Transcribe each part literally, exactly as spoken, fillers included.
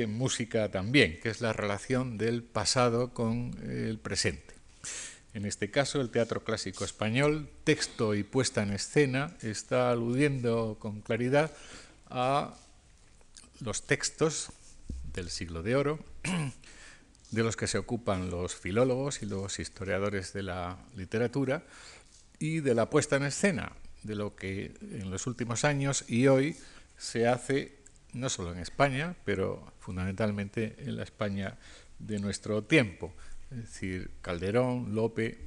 música también, que es la relación del pasado con el presente. En este caso, el teatro clásico español, texto y puesta en escena, está aludiendo con claridad a los textos del Siglo de Oro, de los que se ocupan los filólogos y los historiadores de la literatura, y de la puesta en escena, de lo que en los últimos años y hoy se hace no solo en España, pero fundamentalmente en la España de nuestro tiempo. Es decir, Calderón, Lope,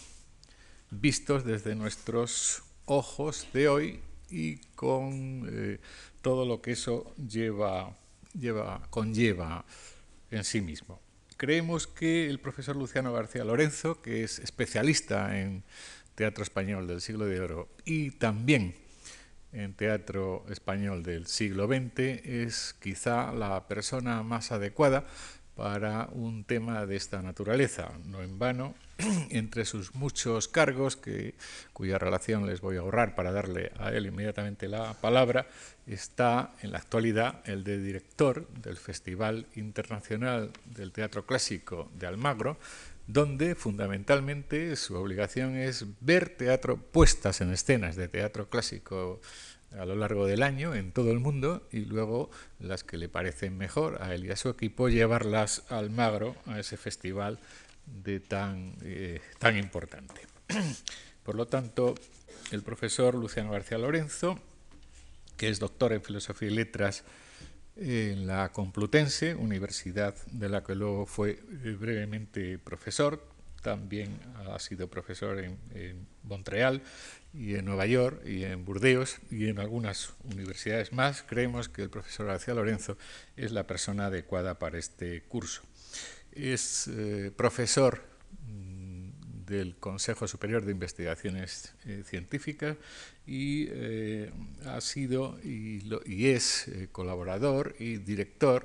vistos desde nuestros ojos de hoy y con eh, todo lo que eso lleva, lleva, conlleva en sí mismo. Creemos que el profesor Luciano García Lorenzo, que es especialista en teatro español del Siglo de Oro y también en teatro español del siglo veinte, es quizá la persona más adecuada para un tema de esta naturaleza. No en vano, entre sus muchos cargos, que, cuya relación les voy a ahorrar para darle a él inmediatamente la palabra, está en la actualidad el de director del Festival Internacional del Teatro Clásico de Almagro, donde fundamentalmente su obligación es ver teatro, puestas en escenas de teatro clásico a lo largo del año en todo el mundo, y luego las que le parecen mejor a él y a su equipo llevarlas a Almagro, a ese festival de tan, eh, tan importante. Por lo tanto, el profesor Luciano García Lorenzo, que es doctor en Filosofía y Letras en la Complutense, universidad de la que luego fue brevemente profesor, también ha sido profesor en, en Montreal y en Nueva York y en Burdeos y en algunas universidades más. Creemos que el profesor García Lorenzo es la persona adecuada para este curso. Es eh, profesor mmm, del Consejo Superior de Investigaciones eh, Científicas y eh, ha sido y, lo, y es eh, colaborador y director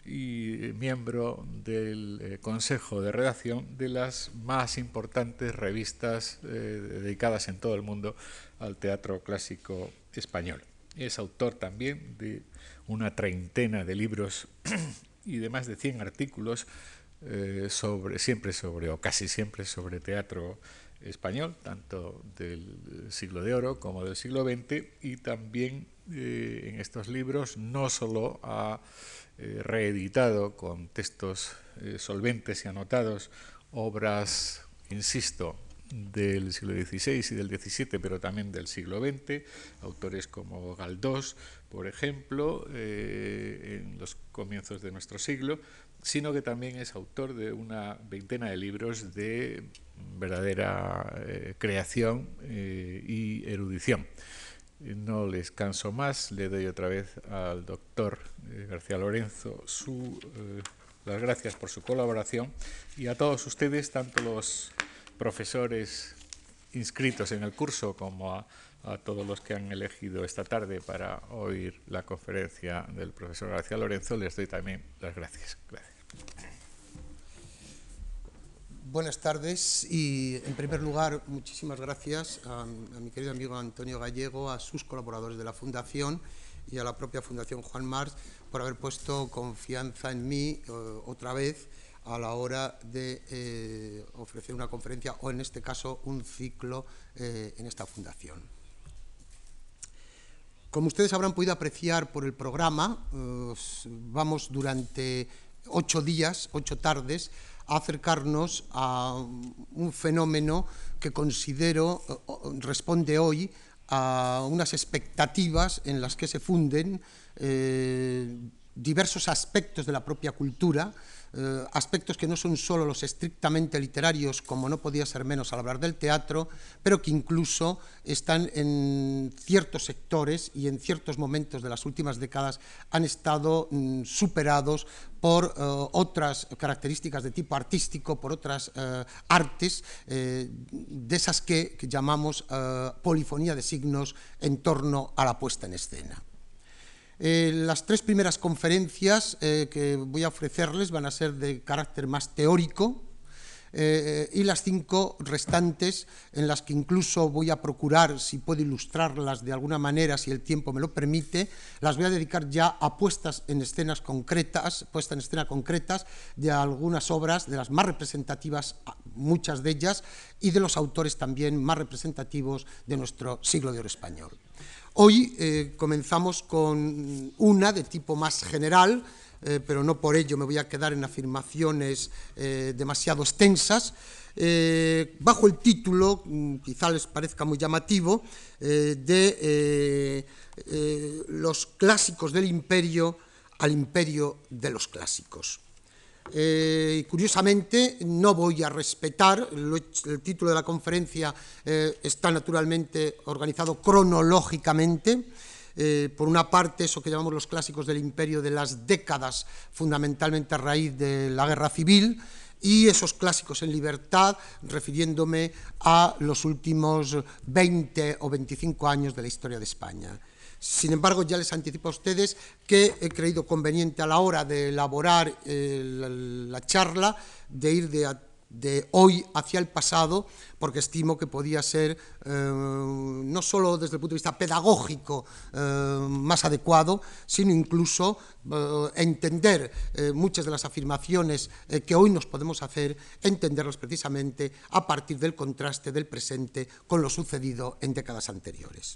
y miembro del eh, Consejo de Redacción de las más importantes revistas eh, dedicadas en todo el mundo al teatro clásico español. Es autor también de una treintena de libros y de más de cien artículos eh, sobre, siempre sobre, o casi siempre sobre teatro español, tanto del Siglo de Oro como del siglo veinte, y también eh, en estos libros no solo ha eh, reeditado con textos eh, solventes y anotados obras, insisto, del siglo dieciséis y del diecisiete, pero también del siglo veinte, autores como Galdós, por ejemplo, eh, en los comienzos de nuestro siglo, sino que también es autor de una veintena de libros de verdadera eh, creación eh, y erudición. No les canso más, le doy otra vez al doctor eh, García Lorenzo su, eh, las gracias por su colaboración, y a todos ustedes, tanto los profesores inscritos en el curso como a, a todos los que han elegido esta tarde para oír la conferencia del profesor García Lorenzo, les doy también las gracias. Gracias. Buenas tardes y, en primer lugar, muchísimas gracias a, a mi querido amigo Antonio Gallego, a sus colaboradores de la Fundación y a la propia Fundación Juan March por haber puesto confianza en mí eh, otra vez a la hora de eh, ofrecer una conferencia o, en este caso, un ciclo eh, en esta fundación. Como ustedes habrán podido apreciar por el programa, eh, vamos durante ocho días, ocho tardes, a acercarnos a un fenómeno que considero eh, responde hoy a unas expectativas en las que se funden eh, diversos aspectos de la propia cultura, eh, aspectos que no son solo los estrictamente literarios, como no podía ser menos al hablar del teatro, pero que incluso están en ciertos sectores y en ciertos momentos de las últimas décadas han estado mm, superados por eh, otras características de tipo artístico, por otras eh, artes, eh, de esas que, que llamamos eh, polifonía de signos en torno a la puesta en escena. Eh, las tres primeras conferencias eh, que voy a ofrecerles van a ser de carácter más teórico. eh, y las cinco restantes, en las que incluso voy a procurar, si puedo ilustrarlas de alguna manera, si el tiempo me lo permite, las voy a dedicar ya a puestas en escenas concretas, puestas en escena concretas de algunas obras, de las más representativas, muchas de ellas, y de los autores también más representativos de nuestro siglo de oro español. Hoy eh, comenzamos con una de tipo más general, Eh, pero no por ello me voy a quedar en afirmaciones eh, demasiado extensas, eh, bajo el título, quizá les parezca muy llamativo, eh, de eh, eh, los clásicos del imperio al imperio de los clásicos. Eh, curiosamente, no voy a respetar, lo, el título de la conferencia eh, está naturalmente organizado cronológicamente. Eh, por una parte, eso que llamamos los clásicos del imperio de las décadas, fundamentalmente a raíz de la guerra civil, y esos clásicos en libertad, refiriéndome a los últimos veinte o veinticinco años de la historia de España. Sin embargo, ya les anticipo a ustedes que he creído conveniente a la hora de elaborar eh, la, la charla, de ir de, de hoy hacia el pasado, porque estimo que podía ser, eh, no solo desde el punto de vista pedagógico eh, más adecuado, sino incluso eh, entender eh, muchas de las afirmaciones eh, que hoy nos podemos hacer, entenderlas precisamente a partir del contraste del presente con lo sucedido en décadas anteriores.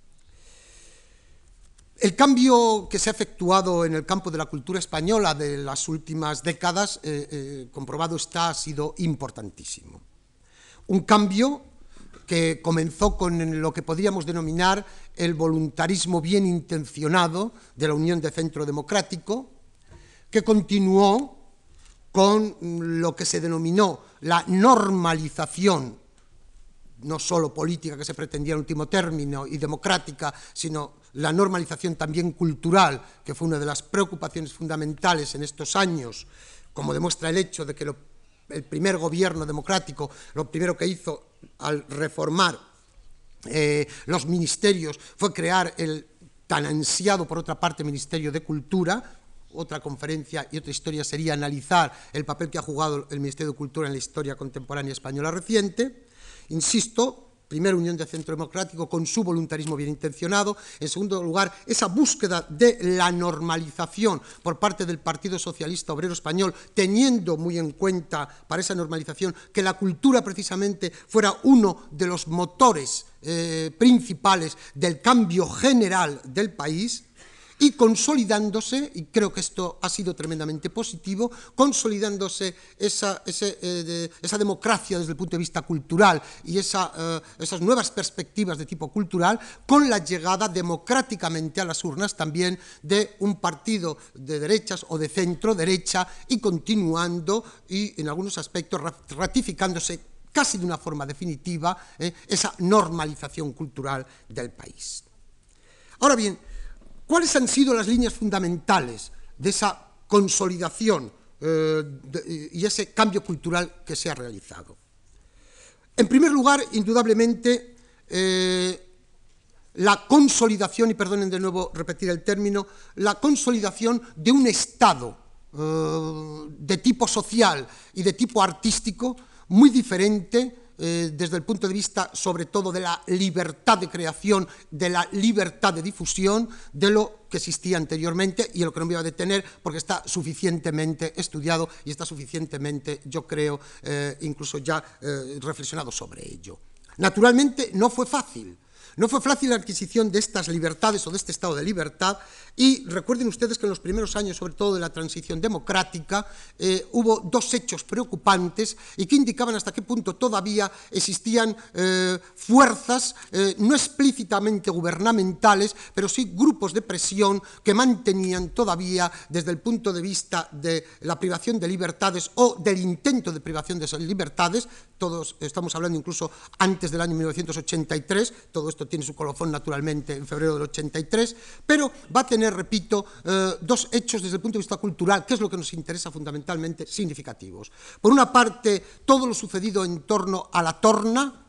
El cambio que se ha efectuado en el campo de la cultura española de las últimas décadas, eh, eh, comprobado está, ha sido importantísimo. Un cambio que comenzó con lo que podríamos denominar el voluntarismo bien intencionado de la Unión de Centro Democrático, que continuó con lo que se denominó la normalización, no solo política que se pretendía en último término y democrática, sino la normalización también cultural, que fue una de las preocupaciones fundamentales en estos años, como demuestra el hecho de que lo el primer gobierno democrático, lo primero que hizo al reformar eh, los ministerios fue crear el tan ansiado, por otra parte, Ministerio de Cultura. Otra conferencia y otra historia sería analizar el papel que ha jugado el Ministerio de Cultura en la historia contemporánea española reciente. Insisto, primero, Unión de Centro Democrático con su voluntarismo bien intencionado. En segundo lugar, esa búsqueda de la normalización por parte del Partido Socialista Obrero Español, teniendo muy en cuenta para esa normalización que la cultura precisamente fuera uno de los motores eh, principales del cambio general del país. Y consolidándose, y creo que esto ha sido tremendamente positivo, consolidándose esa, ese, eh, de, esa democracia desde el punto de vista cultural y esa, eh, esas nuevas perspectivas de tipo cultural, con la llegada democráticamente a las urnas también de un partido de derechas o de centro derecha, y continuando y en algunos aspectos ratificándose casi de una forma definitiva eh, esa normalización cultural del país. Ahora bien, ¿cuáles han sido las líneas fundamentales de esa consolidación eh, de, y ese cambio cultural que se ha realizado? En primer lugar, indudablemente, eh, la consolidación, y perdonen de nuevo repetir el término, la consolidación de un Estado eh, de tipo social y de tipo artístico muy diferente, Eh, desde el punto de vista sobre todo de la libertad de creación, de la libertad de difusión, de lo que existía anteriormente, y en lo que no me voy a detener porque está suficientemente estudiado y está suficientemente, yo creo, eh, incluso ya eh, reflexionado sobre ello. Naturalmente no fue fácil. No fue fácil la adquisición de estas libertades o de este estado de libertad, y recuerden ustedes que en los primeros años, sobre todo de la transición democrática, eh, hubo dos hechos preocupantes y que indicaban hasta qué punto todavía existían eh, fuerzas eh, no explícitamente gubernamentales, pero sí grupos de presión que mantenían todavía, desde el punto de vista de la privación de libertades o del intento de privación de esas libertades, todos estamos hablando incluso antes del año mil novecientos ochenta y tres, todo esto tiene su colofón naturalmente en febrero del ochenta y tres, pero va a tener, repito, eh, dos hechos desde el punto de vista cultural, que es lo que nos interesa fundamentalmente, significativos. Por una parte, todo lo sucedido en torno a la Torna,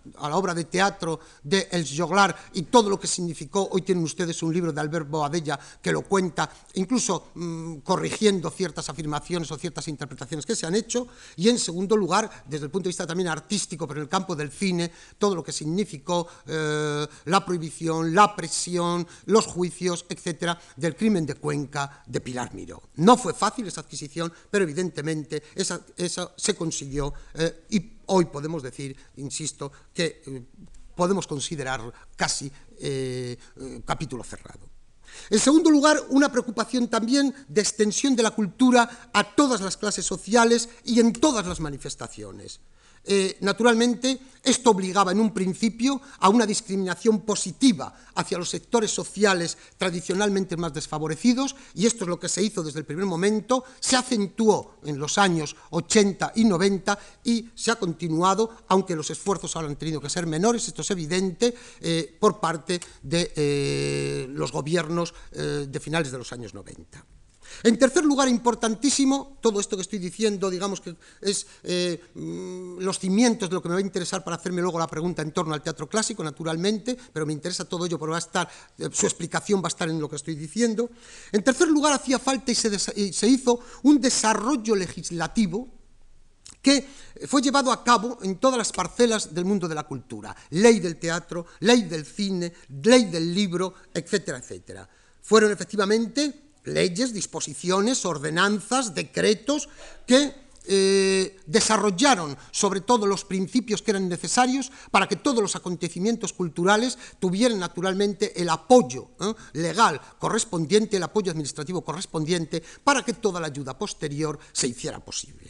a la obra de teatro de Els Joglars y todo lo que significó. Hoy tienen ustedes un libro de Albert Boadella que lo cuenta, incluso mmm, corrigiendo ciertas afirmaciones o ciertas interpretaciones que se han hecho. Y en segundo lugar, desde el punto de vista también artístico, pero en el campo del cine, todo lo que significó eh, la prohibición, la presión, los juicios, etcétera, del crimen de Cuenca de Pilar Miró. No fue fácil esa adquisición, pero evidentemente esa, esa se consiguió eh, y hoy podemos decir, insisto, que eh, podemos considerar casi eh, eh, capítulo cerrado. En segundo lugar, una preocupación también de extensión de la cultura a todas las clases sociales y en todas las manifestaciones. Eh, naturalmente, esto obligaba en un principio a una discriminación positiva hacia los sectores sociales tradicionalmente más desfavorecidos, y esto es lo que se hizo desde el primer momento, se acentuó en los años ochenta y noventa y se ha continuado, aunque los esfuerzos ahora han tenido que ser menores, esto es evidente, eh, por parte de eh, los gobiernos eh, de finales de los años noventa. En tercer lugar, importantísimo, todo esto que estoy diciendo, digamos que es eh, los cimientos de lo que me va a interesar para hacerme luego la pregunta en torno al teatro clásico, naturalmente, pero me interesa todo ello porque va a estar, eh, su explicación va a estar en lo que estoy diciendo. En tercer lugar, hacía falta y se, y se hizo un desarrollo legislativo que fue llevado a cabo en todas las parcelas del mundo de la cultura. Ley del teatro, ley del cine, ley del libro, etcétera, etcétera. Fueron efectivamente leyes, disposiciones, ordenanzas, decretos que eh, desarrollaron sobre todo los principios que eran necesarios para que todos los acontecimientos culturales tuvieran naturalmente el apoyo eh, legal correspondiente, el apoyo administrativo correspondiente para que toda la ayuda posterior se hiciera posible.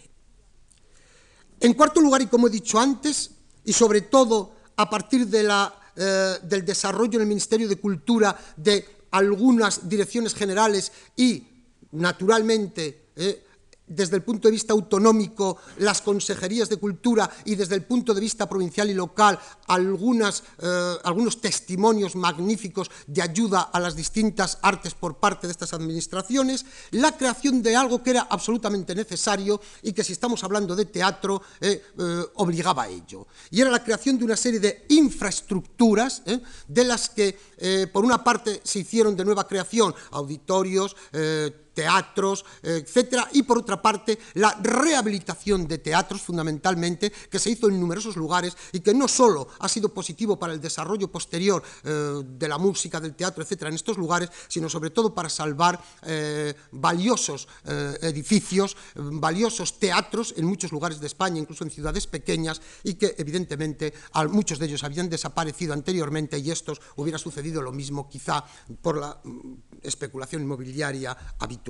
En cuarto lugar, y como he dicho antes, y sobre todo a partir de la, eh, del desarrollo en el Ministerio de Cultura de algunas direcciones generales y, naturalmente, eh, desde el punto de vista autonómico, las consejerías de cultura y desde el punto de vista provincial y local, algunas, eh, algunos testimonios magníficos de ayuda a las distintas artes por parte de estas administraciones, la creación de algo que era absolutamente necesario y que, si estamos hablando de teatro, eh, eh, obligaba a ello. Y era la creación de una serie de infraestructuras, eh, de las que, eh, por una parte, se hicieron de nueva creación auditorios, eh, teatros, etcétera, y por otra parte la rehabilitación de teatros fundamentalmente, que se hizo en numerosos lugares y que no solo ha sido positivo para el desarrollo posterior eh, de la música, del teatro, etcétera, en estos lugares, sino sobre todo para salvar eh, valiosos eh, edificios, eh, valiosos teatros en muchos lugares de España, incluso en ciudades pequeñas, y que evidentemente a muchos de ellos habían desaparecido anteriormente y estos hubiera sucedido lo mismo quizá por la mm, especulación inmobiliaria habitual.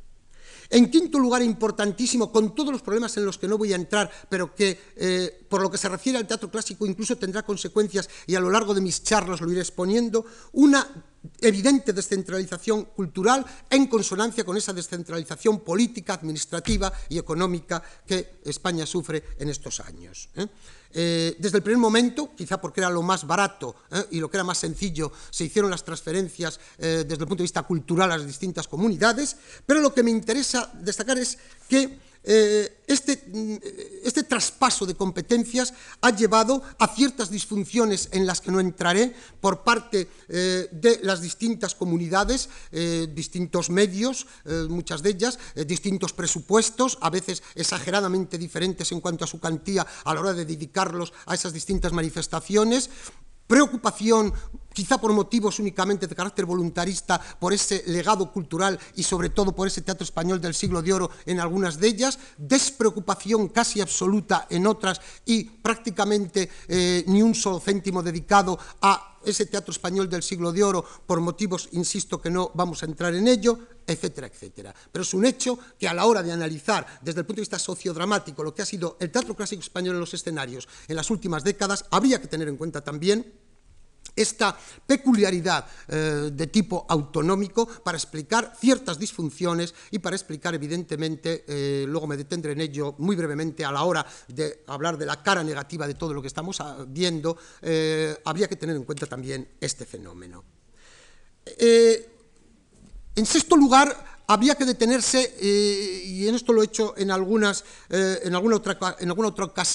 En quinto lugar, importantísimo, con todos los problemas en los que no voy a entrar, pero que eh, por lo que se refiere al teatro clásico incluso tendrá consecuencias y a lo largo de mis charlas lo iré exponiendo, una evidente descentralización cultural en consonancia con esa descentralización política, administrativa y económica que España sufre en estos años. ¿eh? Eh, desde el primer momento, quizá porque era lo más barato eh, y lo que era más sencillo, se hicieron las transferencias eh, desde el punto de vista cultural a las distintas comunidades, pero lo que me interesa destacar es que Eh, este, este traspaso de competencias ha llevado a ciertas disfunciones en las que no entraré por parte eh, de las distintas comunidades, eh, distintos medios, eh, muchas de ellas, eh, distintos presupuestos, a veces exageradamente diferentes en cuanto a su cuantía a la hora de dedicarlos a esas distintas manifestaciones, preocupación quizá por motivos únicamente de carácter voluntarista, por ese legado cultural y sobre todo por ese teatro español del siglo de oro en algunas de ellas, despreocupación casi absoluta en otras y prácticamente eh, ni un solo céntimo dedicado a ese teatro español del siglo de oro por motivos, insisto, que no vamos a entrar en ello, etcétera, etcétera. Pero es un hecho que a la hora de analizar desde el punto de vista sociodramático lo que ha sido el teatro clásico español en los escenarios en las últimas décadas, habría que tener en cuenta también esta peculiaridad eh, de tipo autonómico para explicar ciertas disfunciones y para explicar evidentemente, eh, luego me detendré en ello muy brevemente a la hora de hablar de la cara negativa de todo lo que estamos viendo, eh, habría que tener en cuenta también este fenómeno. Eh, en sexto lugar, habría que detenerse, eh, y en esto lo he hecho en, algunas, eh, en, alguna otra, en alguna otra ocasión,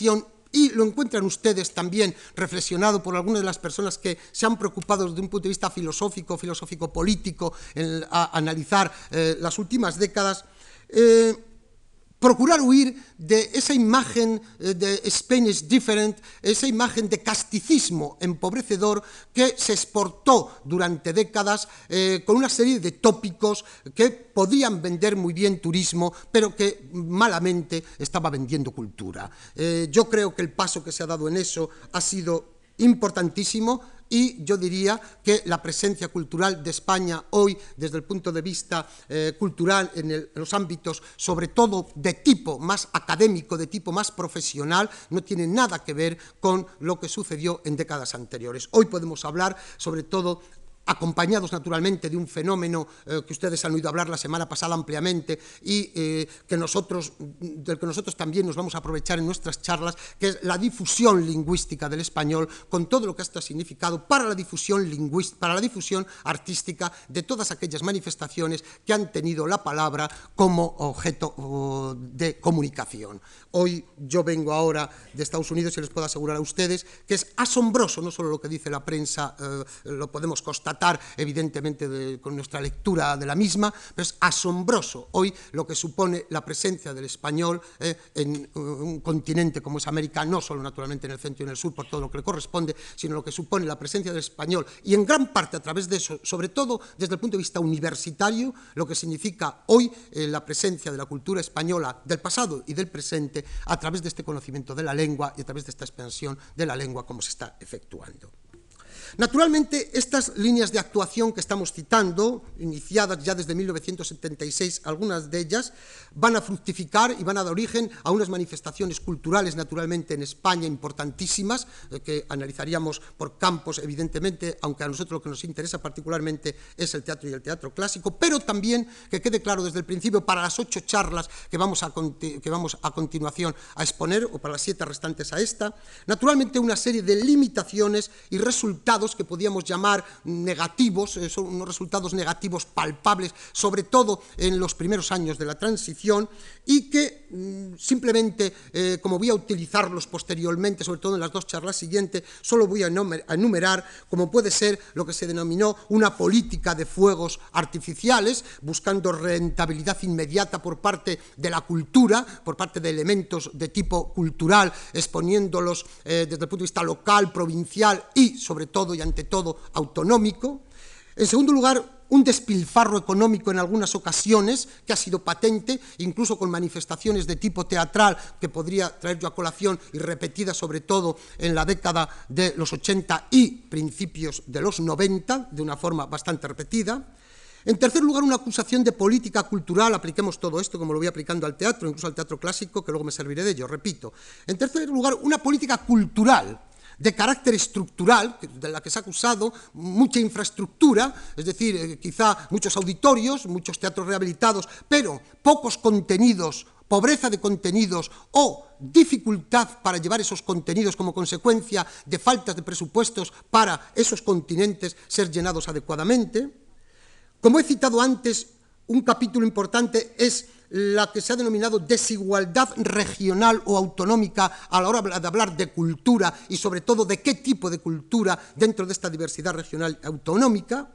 y lo encuentran ustedes también reflexionado por algunas de las personas que se han preocupado desde un punto de vista filosófico, filosófico-político, en a analizar eh, las últimas décadas, eh, procurar huir de esa imagen de Spain is different, esa imagen de casticismo empobrecedor que se exportó durante décadas eh, con una serie de tópicos que podían vender muy bien turismo, pero que malamente estaba vendiendo cultura. Eh, yo creo que el paso que se ha dado en eso ha sido importantísimo, y yo diría que la presencia cultural de España hoy, desde el punto de vista eh, cultural, en, el, en los ámbitos, sobre todo de tipo más académico, de tipo más profesional, no tiene nada que ver con lo que sucedió en décadas anteriores. Hoy podemos hablar, sobre todo, acompañados naturalmente de un fenómeno eh, que ustedes han oído hablar la semana pasada ampliamente y eh, que nosotros, del que nosotros también nos vamos a aprovechar en nuestras charlas, que es la difusión lingüística del español, con todo lo que esto ha significado para la difusión lingüística, para la difusión artística de todas aquellas manifestaciones que han tenido la palabra como objeto oh, de comunicación. Hoy yo vengo ahora de Estados Unidos y les puedo asegurar a ustedes que es asombroso, no solo lo que dice la prensa, eh, lo podemos constatar evidentemente de, con nuestra lectura de la misma, pero es asombroso hoy lo que supone la presencia del español eh, en uh, un continente como es América, no solo naturalmente en el centro y en el sur por todo lo que le corresponde, sino lo que supone la presencia del español y en gran parte a través de eso, sobre todo desde el punto de vista universitario, lo que significa hoy eh, la presencia de la cultura española del pasado y del presente a través de este conocimiento de la lengua y a través de esta expansión de la lengua como se está efectuando. Naturalmente, estas líneas de actuación que estamos citando, iniciadas ya desde mil novecientos setenta y seis, algunas de ellas, van a fructificar y van a dar origen a unas manifestaciones culturales, naturalmente, en España importantísimas, eh, que analizaríamos por campos, evidentemente, aunque a nosotros lo que nos interesa particularmente es el teatro y el teatro clásico, pero también, que quede claro desde el principio, para las ocho charlas que vamos a, que vamos a continuación a exponer, o para las siete restantes a esta, naturalmente una serie de limitaciones y resultados que podíamos llamar negativos, eh, son unos resultados negativos palpables, sobre todo en los primeros años de la transición, y que mm, simplemente, eh, como voy a utilizarlos posteriormente, sobre todo en las dos charlas siguientes, solo voy a enumerar, como puede ser lo que se denominó una política de fuegos artificiales, buscando rentabilidad inmediata por parte de la cultura, por parte de elementos de tipo cultural, exponiéndolos eh, desde el punto de vista local, provincial y, sobre todo, y ante todo autonómico. En segundo lugar, un despilfarro económico en algunas ocasiones que ha sido patente, incluso con manifestaciones de tipo teatral que podría traer yo a colación y repetida sobre todo en la década de los ochenta y principios de los noventa, de una forma bastante repetida. En tercer lugar, una acusación de política cultural, apliquemos todo esto como lo voy aplicando al teatro, incluso al teatro clásico, que luego me serviré de ello, repito. En tercer lugar, una política cultural de carácter estructural, de la que se ha acusado mucha infraestructura, es decir, eh, quizá muchos auditorios, muchos teatros rehabilitados, pero pocos contenidos, pobreza de contenidos o dificultad para llevar esos contenidos como consecuencia de faltas de presupuestos para esos continentes ser llenados adecuadamente. Como he citado antes, un capítulo importante es la que se ha denominado desigualdad regional o autonómica a la hora de hablar de cultura y sobre todo de qué tipo de cultura dentro de esta diversidad regional autonómica.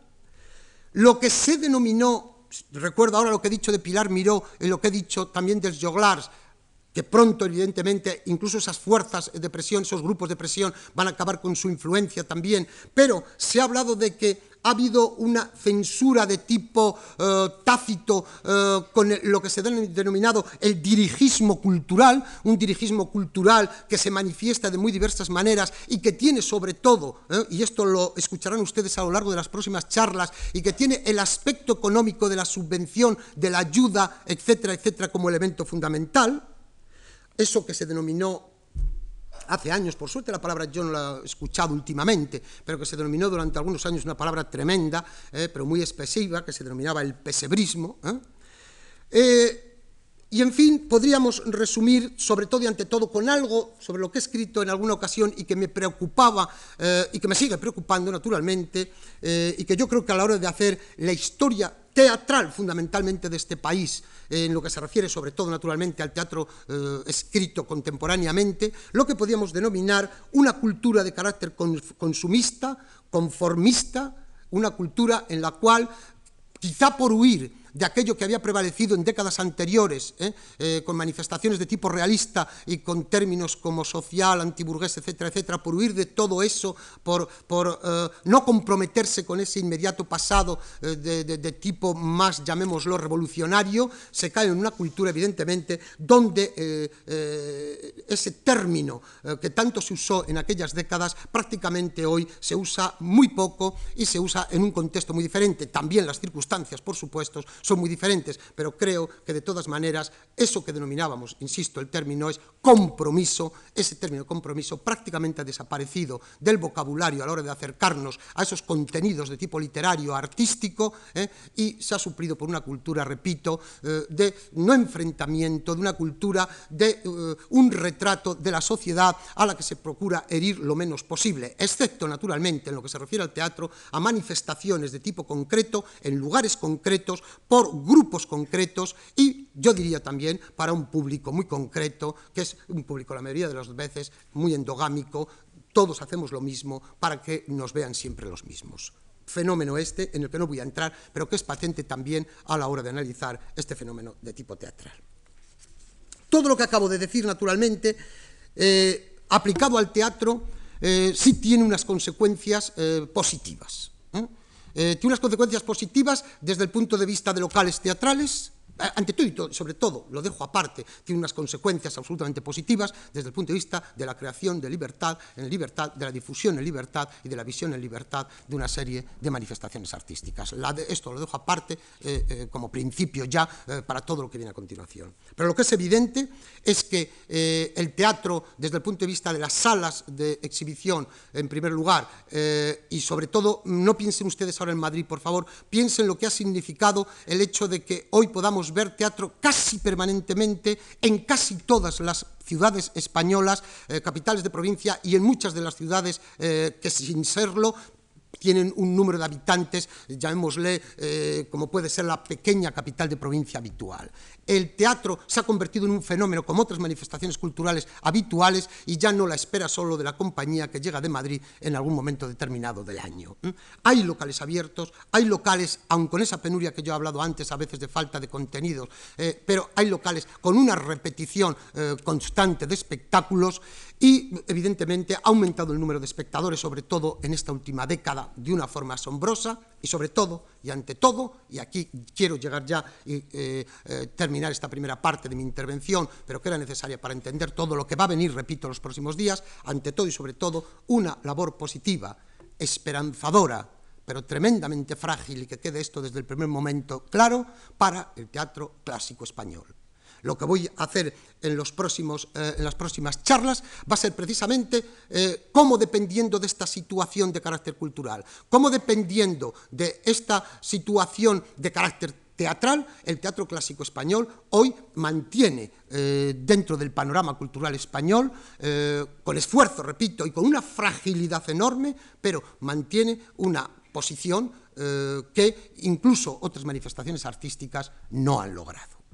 Lo que se denominó, recuerdo ahora lo que he dicho de Pilar Miró y lo que he dicho también de Joglars, que pronto, evidentemente, incluso esas fuerzas de presión, esos grupos de presión van a acabar con su influencia también, pero se ha hablado de que ha habido una censura de tipo eh, tácito eh, con el, lo que se ha denominado el dirigismo cultural, un dirigismo cultural que se manifiesta de muy diversas maneras y que tiene sobre todo, eh, y esto lo escucharán ustedes a lo largo de las próximas charlas, y que tiene el aspecto económico de la subvención, de la ayuda, etcétera, etcétera, como elemento fundamental. Eso que se denominó hace años, por suerte la palabra yo no la he escuchado últimamente, pero que se denominó durante algunos años una palabra tremenda, eh, pero muy expresiva, que se denominaba el pesebrismo. ¿eh? Eh, Y, en fin, podríamos resumir, sobre todo y ante todo, con algo sobre lo que he escrito en alguna ocasión y que me preocupaba eh, y que me sigue preocupando, naturalmente, eh, y que yo creo que a la hora de hacer la historia teatral, fundamentalmente, de este país, eh, en lo que se refiere, sobre todo, naturalmente, al teatro eh, escrito contemporáneamente, lo que podríamos denominar una cultura de carácter consumista, conformista, una cultura en la cual, quizá por huir de aquello que había prevalecido en décadas anteriores, ¿eh? Eh, con manifestaciones de tipo realista y con términos como social, antiburgués, etcétera, etcétera, por huir de todo eso, por, por eh, no comprometerse con ese inmediato pasado eh, de, de, de tipo más, llamémoslo, revolucionario, se cae en una cultura, evidentemente, donde eh, eh, ese término eh, que tanto se usó en aquellas décadas, prácticamente hoy se usa muy poco y se usa en un contexto muy diferente. También las circunstancias, por supuesto, son muy diferentes, pero creo que de todas maneras eso que denominábamos, insisto, el término es compromiso, ese término compromiso prácticamente ha desaparecido del vocabulario a la hora de acercarnos a esos contenidos de tipo literario, artístico, ¿eh? y se ha suplido por una cultura, repito, eh, de no enfrentamiento, de una cultura de eh, un retrato de la sociedad a la que se procura herir lo menos posible, excepto, naturalmente, en lo que se refiere al teatro, a manifestaciones de tipo concreto, en lugares concretos, por grupos concretos y, yo diría también, para un público muy concreto, que es un público la mayoría de las veces muy endogámico, todos hacemos lo mismo para que nos vean siempre los mismos. Fenómeno este en el que no voy a entrar, pero que es patente también a la hora de analizar este fenómeno de tipo teatral. Todo lo que acabo de decir, naturalmente, eh, aplicado al teatro, eh, sí tiene unas consecuencias eh, positivas. ¿eh? Eh, tiene unas consecuencias positivas desde el punto de vista de locales teatrales, eh, ante todo y todo, sobre todo, lo dejo aparte, tiene unas consecuencias absolutamente positivas desde el punto de vista de la creación de libertad, en libertad, de la difusión en libertad y de la visión en libertad de una serie de manifestaciones artísticas. La de, esto lo dejo aparte eh, eh, como principio ya eh, para todo lo que viene a continuación. Pero lo que es evidente es que eh, el teatro, desde el punto de vista de las salas de exhibición, en primer lugar, eh, y sobre todo, no piensen ustedes ahora en Madrid, por favor, piensen lo que ha significado el hecho de que hoy podamos ver teatro casi permanentemente en casi todas las ciudades españolas, eh, capitales de provincia y en muchas de las ciudades eh, que sin serlo tienen un número de habitantes, llamémosle, eh, como puede ser la pequeña capital de provincia habitual. El teatro se ha convertido en un fenómeno como otras manifestaciones culturales habituales y ya no la espera solo de la compañía que llega de Madrid en algún momento determinado del año. ¿eh? Hay locales abiertos, hay locales, aun con esa penuria que yo he hablado antes, a veces de falta de contenidos, eh, pero hay locales con una repetición eh, constante de espectáculos y, evidentemente, ha aumentado el número de espectadores, sobre todo en esta última década, de una forma asombrosa y, sobre todo, y ante todo, y aquí quiero llegar ya y eh, eh, terminar esta primera parte de mi intervención, pero que era necesaria para entender todo lo que va a venir, repito, los próximos días, ante todo y sobre todo, una labor positiva, esperanzadora, pero tremendamente frágil, y que quede esto desde el primer momento claro, para el teatro clásico español. Lo que voy a hacer en, los próximos, eh, en las próximas charlas va a ser precisamente eh, cómo, dependiendo de esta situación de carácter cultural, cómo, dependiendo de esta situación de carácter teatral, el teatro clásico español hoy mantiene eh, dentro del panorama cultural español, eh, con esfuerzo, repito, y con una fragilidad enorme, pero mantiene una posición eh, que incluso otras manifestaciones artísticas no han logrado.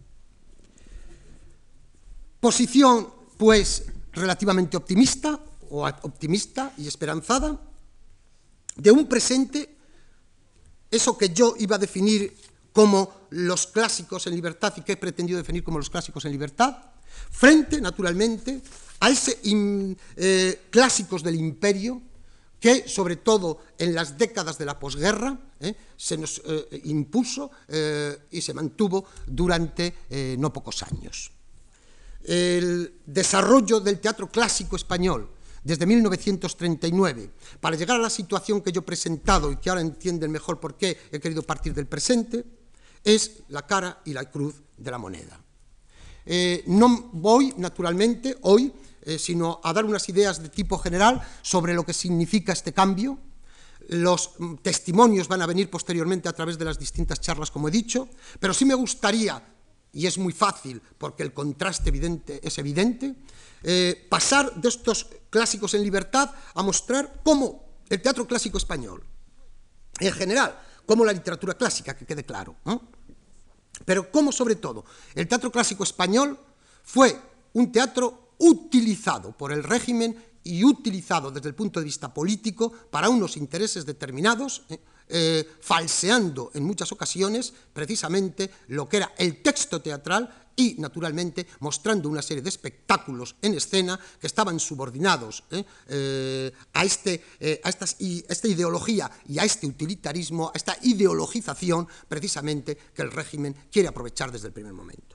Posición, pues, relativamente optimista, o optimista y esperanzada, de un presente, eso que yo iba a definir como los clásicos en libertad y que he pretendido definir como los clásicos en libertad, frente, naturalmente, a ese eh, clásicos del imperio que, sobre todo en las décadas de la posguerra, eh, se nos eh, impuso eh, y se mantuvo durante eh, no pocos años. El desarrollo del teatro clásico español desde mil novecientos treinta y nueve para llegar a la situación que yo he presentado y que ahora entienden mejor por qué he querido partir del presente, es la cara y la cruz de la moneda. Eh, no voy, naturalmente, hoy, eh, sino a dar unas ideas de tipo general sobre lo que significa este cambio. Los testimonios van a venir posteriormente a través de las distintas charlas, como he dicho, pero sí me gustaría y es muy fácil porque el contraste evidente es evidente, eh, pasar de estos clásicos en libertad a mostrar cómo el teatro clásico español, en general, como la literatura clásica, que quede claro, ¿no? Pero cómo, sobre todo, el teatro clásico español fue un teatro utilizado por el régimen y utilizado desde el punto de vista político para unos intereses determinados, eh, eh, falseando en muchas ocasiones precisamente lo que era el texto teatral y, naturalmente, mostrando una serie de espectáculos en escena que estaban subordinados eh, eh, a, este, eh, a, estas, y, a esta ideología y a este utilitarismo, a esta ideologización, precisamente, que el régimen quiere aprovechar desde el primer momento.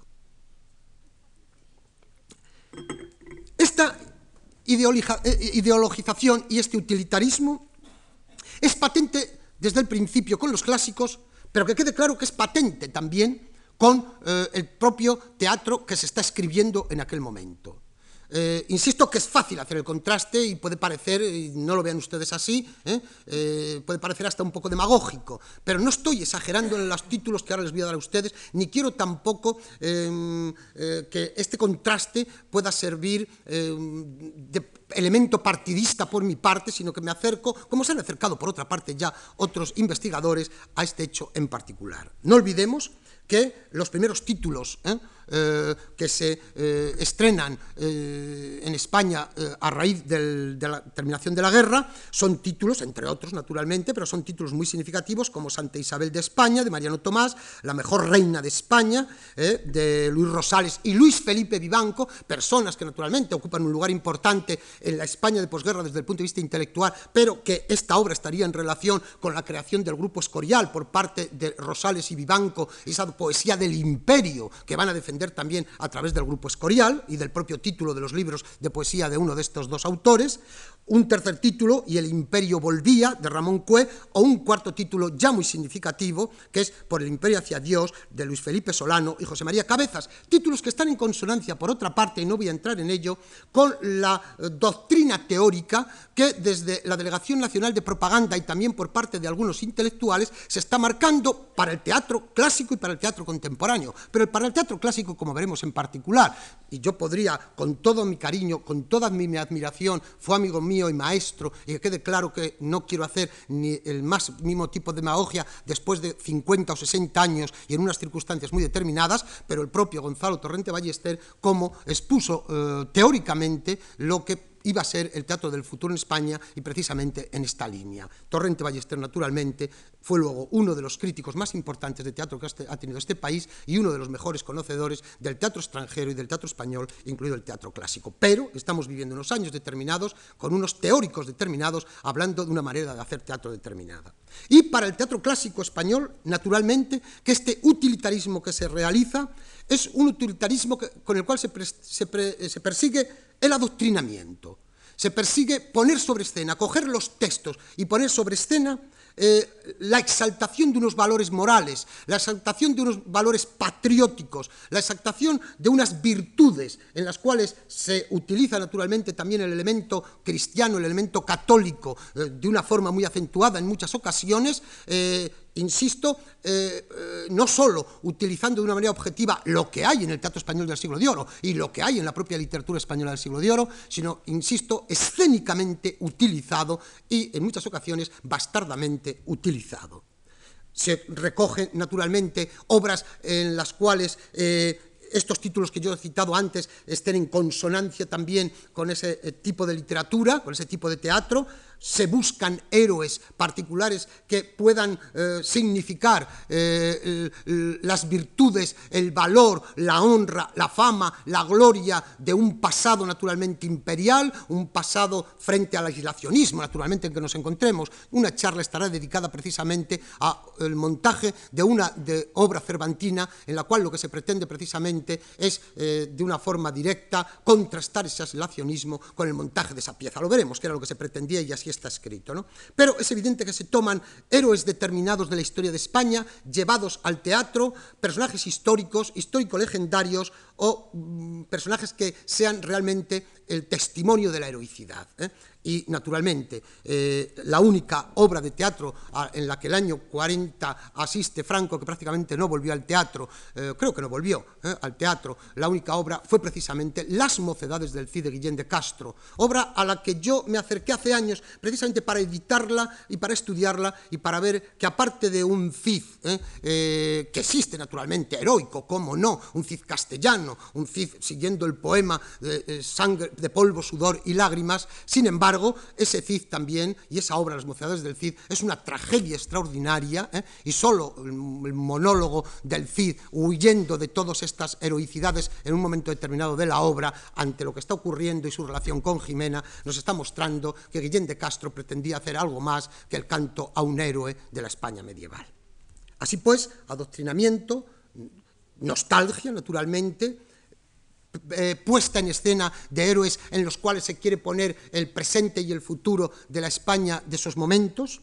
Esta ideologización y este utilitarismo es patente desde el principio con los clásicos, pero que quede claro que es patente también con eh, el propio teatro que se está escribiendo en aquel momento. Eh, insisto que es fácil hacer el contraste y puede parecer, y no lo vean ustedes así, ¿eh? Eh, puede parecer hasta un poco demagógico, pero no estoy exagerando en los títulos que ahora les voy a dar a ustedes, ni quiero tampoco eh, eh, que este contraste pueda servir eh, de elemento partidista por mi parte, sino que me acerco, como se han acercado por otra parte ya otros investigadores, a este hecho en particular. No olvidemos que los primeros títulos ¿eh? Eh, que se eh, estrenan eh, en España eh, a raíz del, de la terminación de la guerra son títulos, entre otros naturalmente, pero son títulos muy significativos como Santa Isabel de España, de Mariano Tomás, La mejor reina de España, eh, de Luis Rosales y Luis Felipe Vivanco, personas que naturalmente ocupan un lugar importante en la España de posguerra desde el punto de vista intelectual, pero que esta obra estaría en relación con la creación del grupo Escorial por parte de Rosales y Vivanco, esa poesía del imperio que van a defender también a través del grupo Escorial y del propio título de los libros de poesía de uno de estos dos autores. Un tercer título, Y el imperio volvía, de Ramón Cue, o un cuarto título ya muy significativo, que es Por el imperio hacia Dios, de Luis Felipe Solano y José María Cabezas. Títulos que están en consonancia, por otra parte, y no voy a entrar en ello, con la eh, doctrina teórica que desde la Delegación Nacional de Propaganda y también por parte de algunos intelectuales se está marcando para el teatro clásico y para el teatro contemporáneo, pero para el teatro clásico, como veremos en particular, y yo podría, con todo mi cariño, con toda mi admiración, fue amigo mío y maestro, y que quede claro que no quiero hacer ni el más mínimo tipo de demagogia después de cincuenta o sesenta años y en unas circunstancias muy determinadas, pero el propio Gonzalo Torrente Ballester, como expuso eh, teóricamente lo que iba a ser el teatro del futuro en España y precisamente en esta línea. Torrente Ballester, naturalmente, fue luego uno de los críticos más importantes de teatro que ha tenido este país y uno de los mejores conocedores del teatro extranjero y del teatro español, incluido el teatro clásico. Pero estamos viviendo unos años determinados con unos teóricos determinados hablando de una manera de hacer teatro determinada. Y para el teatro clásico español, naturalmente, que este utilitarismo que se realiza es un utilitarismo que, con el cual se, pre, se, pre, se persigue el adoctrinamiento, se persigue poner sobre escena, coger los textos y poner sobre escena eh, la exaltación de unos valores morales, la exaltación de unos valores patrióticos, la exaltación de unas virtudes en las cuales se utiliza naturalmente también el elemento cristiano, el elemento católico, eh, de una forma muy acentuada en muchas ocasiones, eh, insisto, eh, eh, no solo utilizando de una manera objetiva lo que hay en el teatro español del siglo de oro y lo que hay en la propia literatura española del siglo de oro, sino, insisto, escénicamente utilizado y en muchas ocasiones bastardamente utilizado. Se recogen, naturalmente, obras en las cuales eh, estos títulos que yo he citado antes estén en consonancia también con ese eh, tipo de literatura, con ese tipo de teatro. Se buscan héroes particulares que puedan eh, significar eh, el, las virtudes, el valor, la honra, la fama, la gloria de un pasado naturalmente imperial, un pasado frente al aislacionismo naturalmente en que nos encontremos. Una charla estará dedicada precisamente al montaje de una de obra cervantina en la cual lo que se pretende precisamente es eh, de una forma directa contrastar ese aislacionismo con el montaje de esa pieza. Lo veremos, que era lo que se pretendía y así está escrito, ¿no? Pero es evidente que se toman héroes determinados de la historia de España, llevados al teatro, personajes históricos, histórico-legendarios o mm, personajes que sean realmente el testimonio de la heroicidad, ¿eh? Y, naturalmente, eh, la única obra de teatro a, en la que el año cuarenta asiste Franco, que prácticamente no volvió al teatro, eh, creo que no volvió eh, al teatro, la única obra fue precisamente Las Mocedades del Cid de Guillén de Castro, obra a la que yo me acerqué hace años precisamente para editarla y para estudiarla y para ver que, aparte de un Cid, eh, eh, que existe naturalmente, heroico, cómo no, un Cid castellano, un Cid siguiendo el poema de, de, sangre, de polvo, sudor y lágrimas, sin embargo, ese Cid también, y esa obra, Las Mocedades del Cid, es una tragedia extraordinaria, ¿eh? Y solo el, el monólogo del Cid, huyendo de todas estas heroicidades en un momento determinado de la obra, ante lo que está ocurriendo y su relación con Jimena, nos está mostrando que Guillén de Castro pretendía hacer algo más que el canto a un héroe de la España medieval. Así pues, adoctrinamiento, nostalgia, naturalmente, Eh, puesta en escena de héroes en los cuales se quiere poner el presente y el futuro de la España de esos momentos,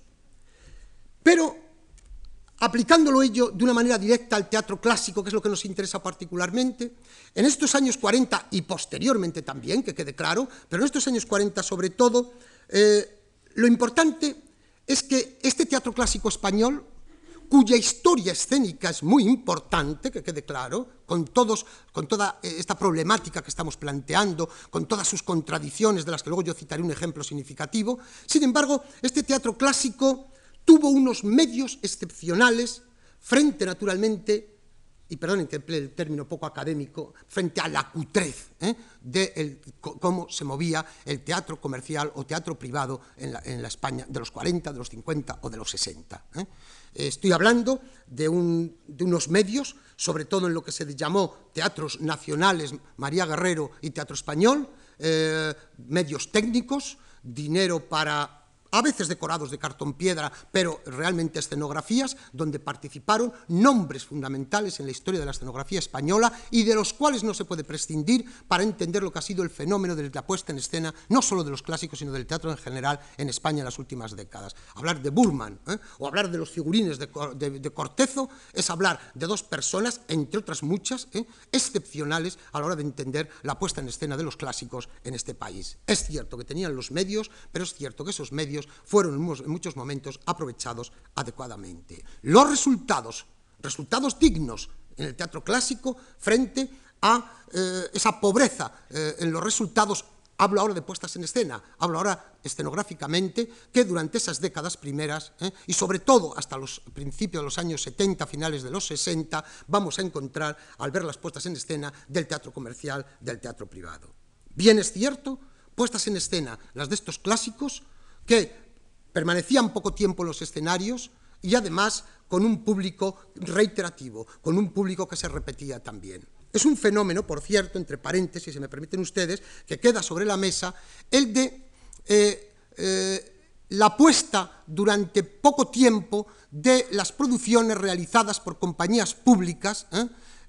pero aplicándolo ello de una manera directa al teatro clásico, que es lo que nos interesa particularmente, en estos años cuarenta y posteriormente también, que quede claro, pero en estos años cuarenta sobre todo, eh, lo importante es que este teatro clásico español, cuya historia escénica es muy importante, que quede claro, con, todos, con toda esta problemática que estamos planteando, con todas sus contradicciones, de las que luego yo citaré un ejemplo significativo. Sin embargo, este teatro clásico tuvo unos medios excepcionales frente, naturalmente, y perdonen que emplee el término poco académico, frente a la cutrez ¿eh? de el, cómo se movía el teatro comercial o teatro privado en la, en la España de los cuarenta, de los cincuenta o de los sesenta. ¿eh? Estoy hablando de, un, de unos medios, sobre todo en lo que se llamó teatros nacionales, María Guerrero y Teatro Español, eh, medios técnicos, dinero para, a veces decorados de cartón piedra, pero realmente escenografías, donde participaron nombres fundamentales en la historia de la escenografía española y de los cuales no se puede prescindir para entender lo que ha sido el fenómeno de la puesta en escena, no solo de los clásicos, sino del teatro en general en España en las últimas décadas. Hablar de Burman ¿eh? o hablar de los figurines de, de, de Cortezo es hablar de dos personas, entre otras muchas, ¿eh? excepcionales a la hora de entender la puesta en escena de los clásicos en este país. Es cierto que tenían los medios, pero es cierto que esos medios fueron en muchos momentos aprovechados adecuadamente. Los resultados, resultados dignos en el teatro clásico frente a eh, esa pobreza eh, en los resultados, hablo ahora de puestas en escena, hablo ahora escenográficamente, que durante esas décadas primeras, eh, y sobre todo hasta los principios de los años setenta, finales de los sesenta, vamos a encontrar al ver las puestas en escena del teatro comercial, del teatro privado. Bien es cierto, puestas en escena, las de estos clásicos, que permanecían poco tiempo en los escenarios y además con un público reiterativo, con un público que se repetía también. Es un fenómeno, por cierto, entre paréntesis, si me permiten ustedes, que queda sobre la mesa, el de eh, eh, la puesta durante poco tiempo de las producciones realizadas por compañías públicas, ¿eh?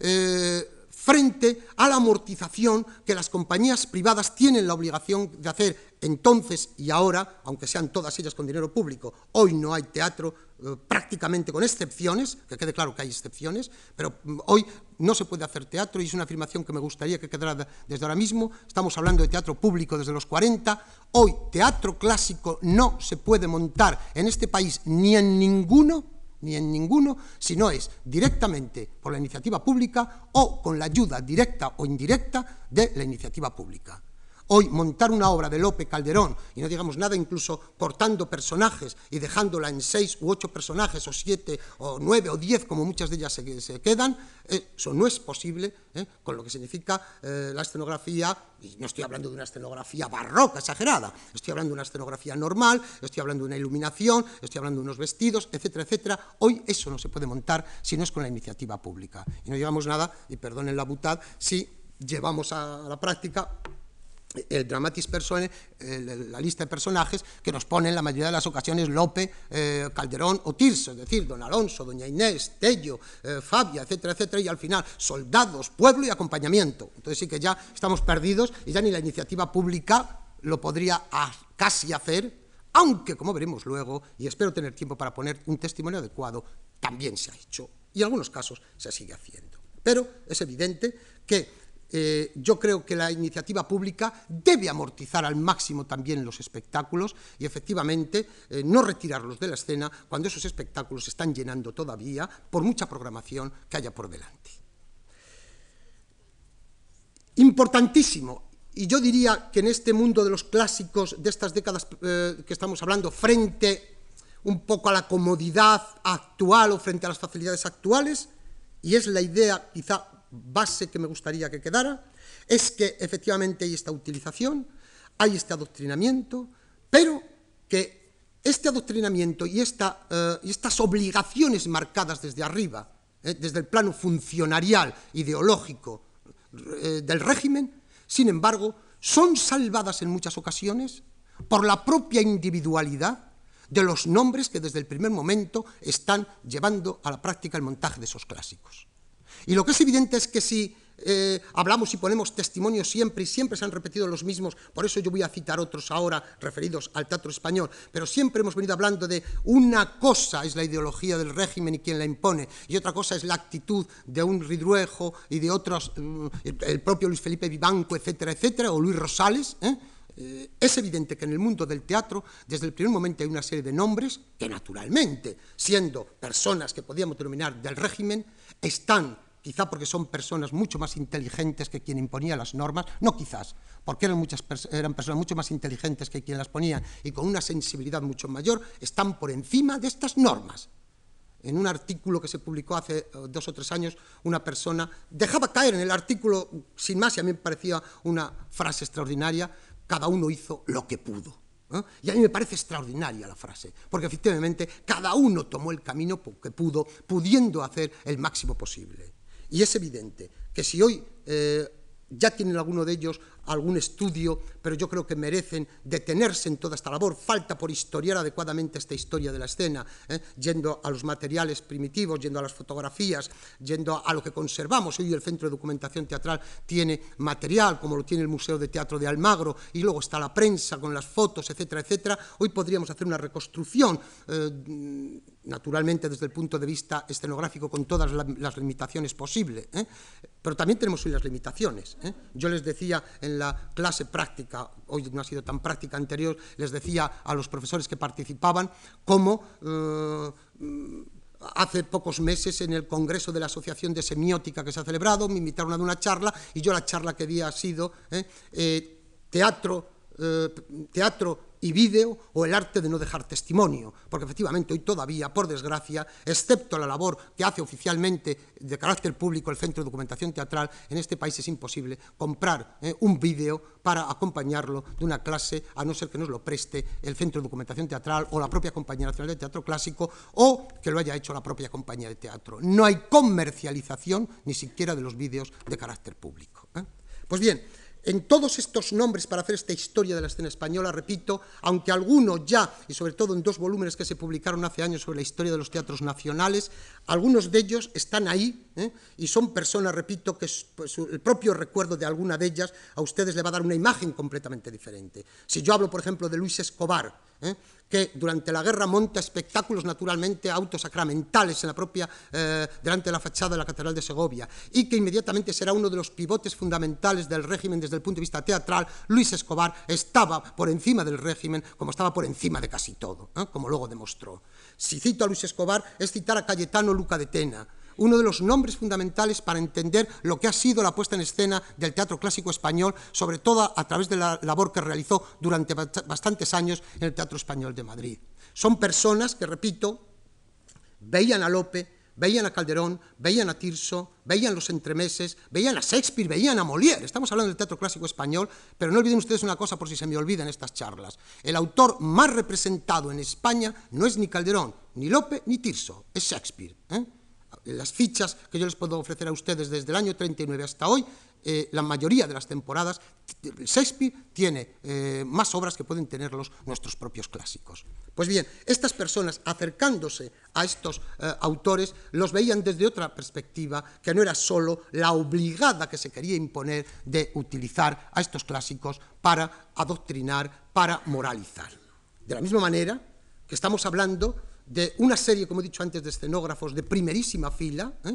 Eh, frente a la amortización que las compañías privadas tienen la obligación de hacer entonces y ahora, aunque sean todas ellas con dinero público. Hoy no hay teatro eh, prácticamente, con excepciones, que quede claro que hay excepciones, pero hoy no se puede hacer teatro, y es una afirmación que me gustaría que quedara desde ahora mismo. Estamos hablando de teatro público desde los cuarenta, hoy teatro clásico no se puede montar en este país ni en ninguno, ni en ninguno, si no es directamente por la iniciativa pública o con la ayuda directa o indirecta de la iniciativa pública. Hoy montar una obra de Lope Calderón, y no digamos nada incluso cortando personajes y dejándola en seis u ocho personajes, o siete, o nueve, o diez, como muchas de ellas se, se quedan, eh, eso no es posible, eh, con lo que significa eh, la escenografía, y no estoy hablando de una escenografía barroca, exagerada, estoy hablando de una escenografía normal, estoy hablando de una iluminación, estoy hablando de unos vestidos, etcétera, etcétera. Hoy eso no se puede montar si no es con la iniciativa pública. Y no digamos nada, y perdonen la butad, si llevamos a la práctica el dramatis personae, eh, la lista de personajes que nos pone en la mayoría de las ocasiones Lope, eh, Calderón o Tirso, es decir, don Alonso, doña Inés, Tello, eh, Fabia, etcétera, etcétera, y al final soldados, pueblo y acompañamiento. Entonces sí que ya estamos perdidos y ya ni la iniciativa pública lo podría a, casi hacer, aunque, como veremos luego, y espero tener tiempo para poner un testimonio adecuado, también se ha hecho, y en algunos casos se sigue haciendo. Pero es evidente que Eh, yo creo que la iniciativa pública debe amortizar al máximo también los espectáculos y efectivamente eh, no retirarlos de la escena cuando esos espectáculos se están llenando todavía por mucha programación que haya por delante. Importantísimo, y yo diría que en este mundo de los clásicos de estas décadas eh, que estamos hablando, frente un poco a la comodidad actual o frente a las facilidades actuales, y es la idea quizá base que me gustaría que quedara, es que efectivamente hay esta utilización, hay este adoctrinamiento, pero que este adoctrinamiento y, esta, eh, y estas obligaciones marcadas desde arriba, eh, desde el plano funcionarial, ideológico eh, del régimen, sin embargo, son salvadas en muchas ocasiones por la propia individualidad de los nombres que desde el primer momento están llevando a la práctica el montaje de esos clásicos. Y lo que es evidente es que si eh, hablamos y ponemos testimonios siempre, y siempre se han repetido los mismos, por eso yo voy a citar otros ahora referidos al teatro español, pero siempre hemos venido hablando de una cosa es la ideología del régimen y quien la impone, y otra cosa es la actitud de un Ridruejo y de otros, el propio Luis Felipe Vivanco, etcétera, etcétera, o Luis Rosales, ¿eh? Eh, es evidente que en el mundo del teatro, desde el primer momento hay una serie de nombres que naturalmente, siendo personas que podíamos denominar del régimen, están, quizá porque son personas mucho más inteligentes que quien imponía las normas, no quizás, porque eran, muchas pers eran personas mucho más inteligentes que quien las ponía y con una sensibilidad mucho mayor, están por encima de estas normas. En un artículo que se publicó hace dos o tres años, una persona dejaba caer en el artículo, sin más, y a mí me parecía una frase extraordinaria: cada uno hizo lo que pudo. ¿eh? Y a mí me parece extraordinaria la frase, porque efectivamente cada uno tomó el camino que pudo, pudiendo hacer el máximo posible. Y es evidente que si hoy eh, ya tienen alguno de ellos algún estudio, pero yo creo que merecen detenerse en toda esta labor. Falta por historiar adecuadamente esta historia de la escena, ¿eh? yendo a los materiales primitivos, yendo a las fotografías, yendo a lo que conservamos. Hoy el Centro de Documentación Teatral tiene material, como lo tiene el Museo de Teatro de Almagro, y luego está la prensa con las fotos, etcétera, etcétera. Hoy podríamos hacer una reconstrucción, eh, naturalmente desde el punto de vista escenográfico, con todas la, las limitaciones posibles, ¿eh? pero también tenemos hoy las limitaciones. ¿eh? Yo les decía en la clase práctica, hoy no ha sido tan práctica anterior, les decía a los profesores que participaban cómo eh, hace pocos meses en el Congreso de la Asociación de Semiótica que se ha celebrado, me invitaron a dar una charla y yo la charla que había sido eh, eh, teatro, eh, teatro y vídeo o el arte de no dejar testimonio, porque efectivamente hoy todavía, por desgracia, excepto la labor que hace oficialmente de carácter público el Centro de Documentación Teatral, en este país es imposible comprar eh, un vídeo para acompañarlo de una clase, a no ser que nos lo preste el Centro de Documentación Teatral o la propia Compañía Nacional de Teatro Clásico o que lo haya hecho la propia compañía de teatro. No hay comercialización ni siquiera de los vídeos de carácter público. ¿eh? Pues bien, en todos estos nombres para hacer esta historia de la escena española, repito, aunque algunos ya, y sobre todo en dos volúmenes que se publicaron hace años sobre la historia de los teatros nacionales, algunos de ellos están ahí, ¿eh? y son personas, repito, que pues, el propio recuerdo de alguna de ellas a ustedes le va a dar una imagen completamente diferente. Si yo hablo, por ejemplo, de Luis Escobar, ¿eh? que durante la guerra monta espectáculos naturalmente autosacramentales en la propia, eh, delante de la fachada de la Catedral de Segovia, y que inmediatamente será uno de los pivotes fundamentales del régimen desde el punto de vista teatral. Luis Escobar estaba por encima del régimen, como estaba por encima de casi todo, ¿eh? como luego demostró. Si cito a Luis Escobar, es citar a Cayetano Luca de Tena, uno de los nombres fundamentales para entender lo que ha sido la puesta en escena del teatro clásico español, sobre todo a través de la labor que realizó durante bastantes años en el Teatro Español de Madrid. Son personas que, repito, veían a Lope, veían a Calderón, veían a Tirso, veían los entremeses, veían a Shakespeare, veían a Molière. Estamos hablando del teatro clásico español, pero no olviden ustedes una cosa por si se me olvida en estas charlas. El autor más representado en España no es ni Calderón, ni Lope, ni Tirso, es Shakespeare, ¿eh? Las fichas que yo les puedo ofrecer a ustedes desde el año treinta y nueve hasta hoy, eh, la mayoría de las temporadas, Shakespeare tiene eh, más obras que pueden tenerlos nuestros propios clásicos. Pues bien, estas personas, acercándose a estos eh, autores, los veían desde otra perspectiva, que no era solo la obligada que se quería imponer de utilizar a estos clásicos para adoctrinar, para moralizar. De la misma manera que estamos hablando de una serie, como he dicho antes, de escenógrafos de primerísima fila, ¿eh?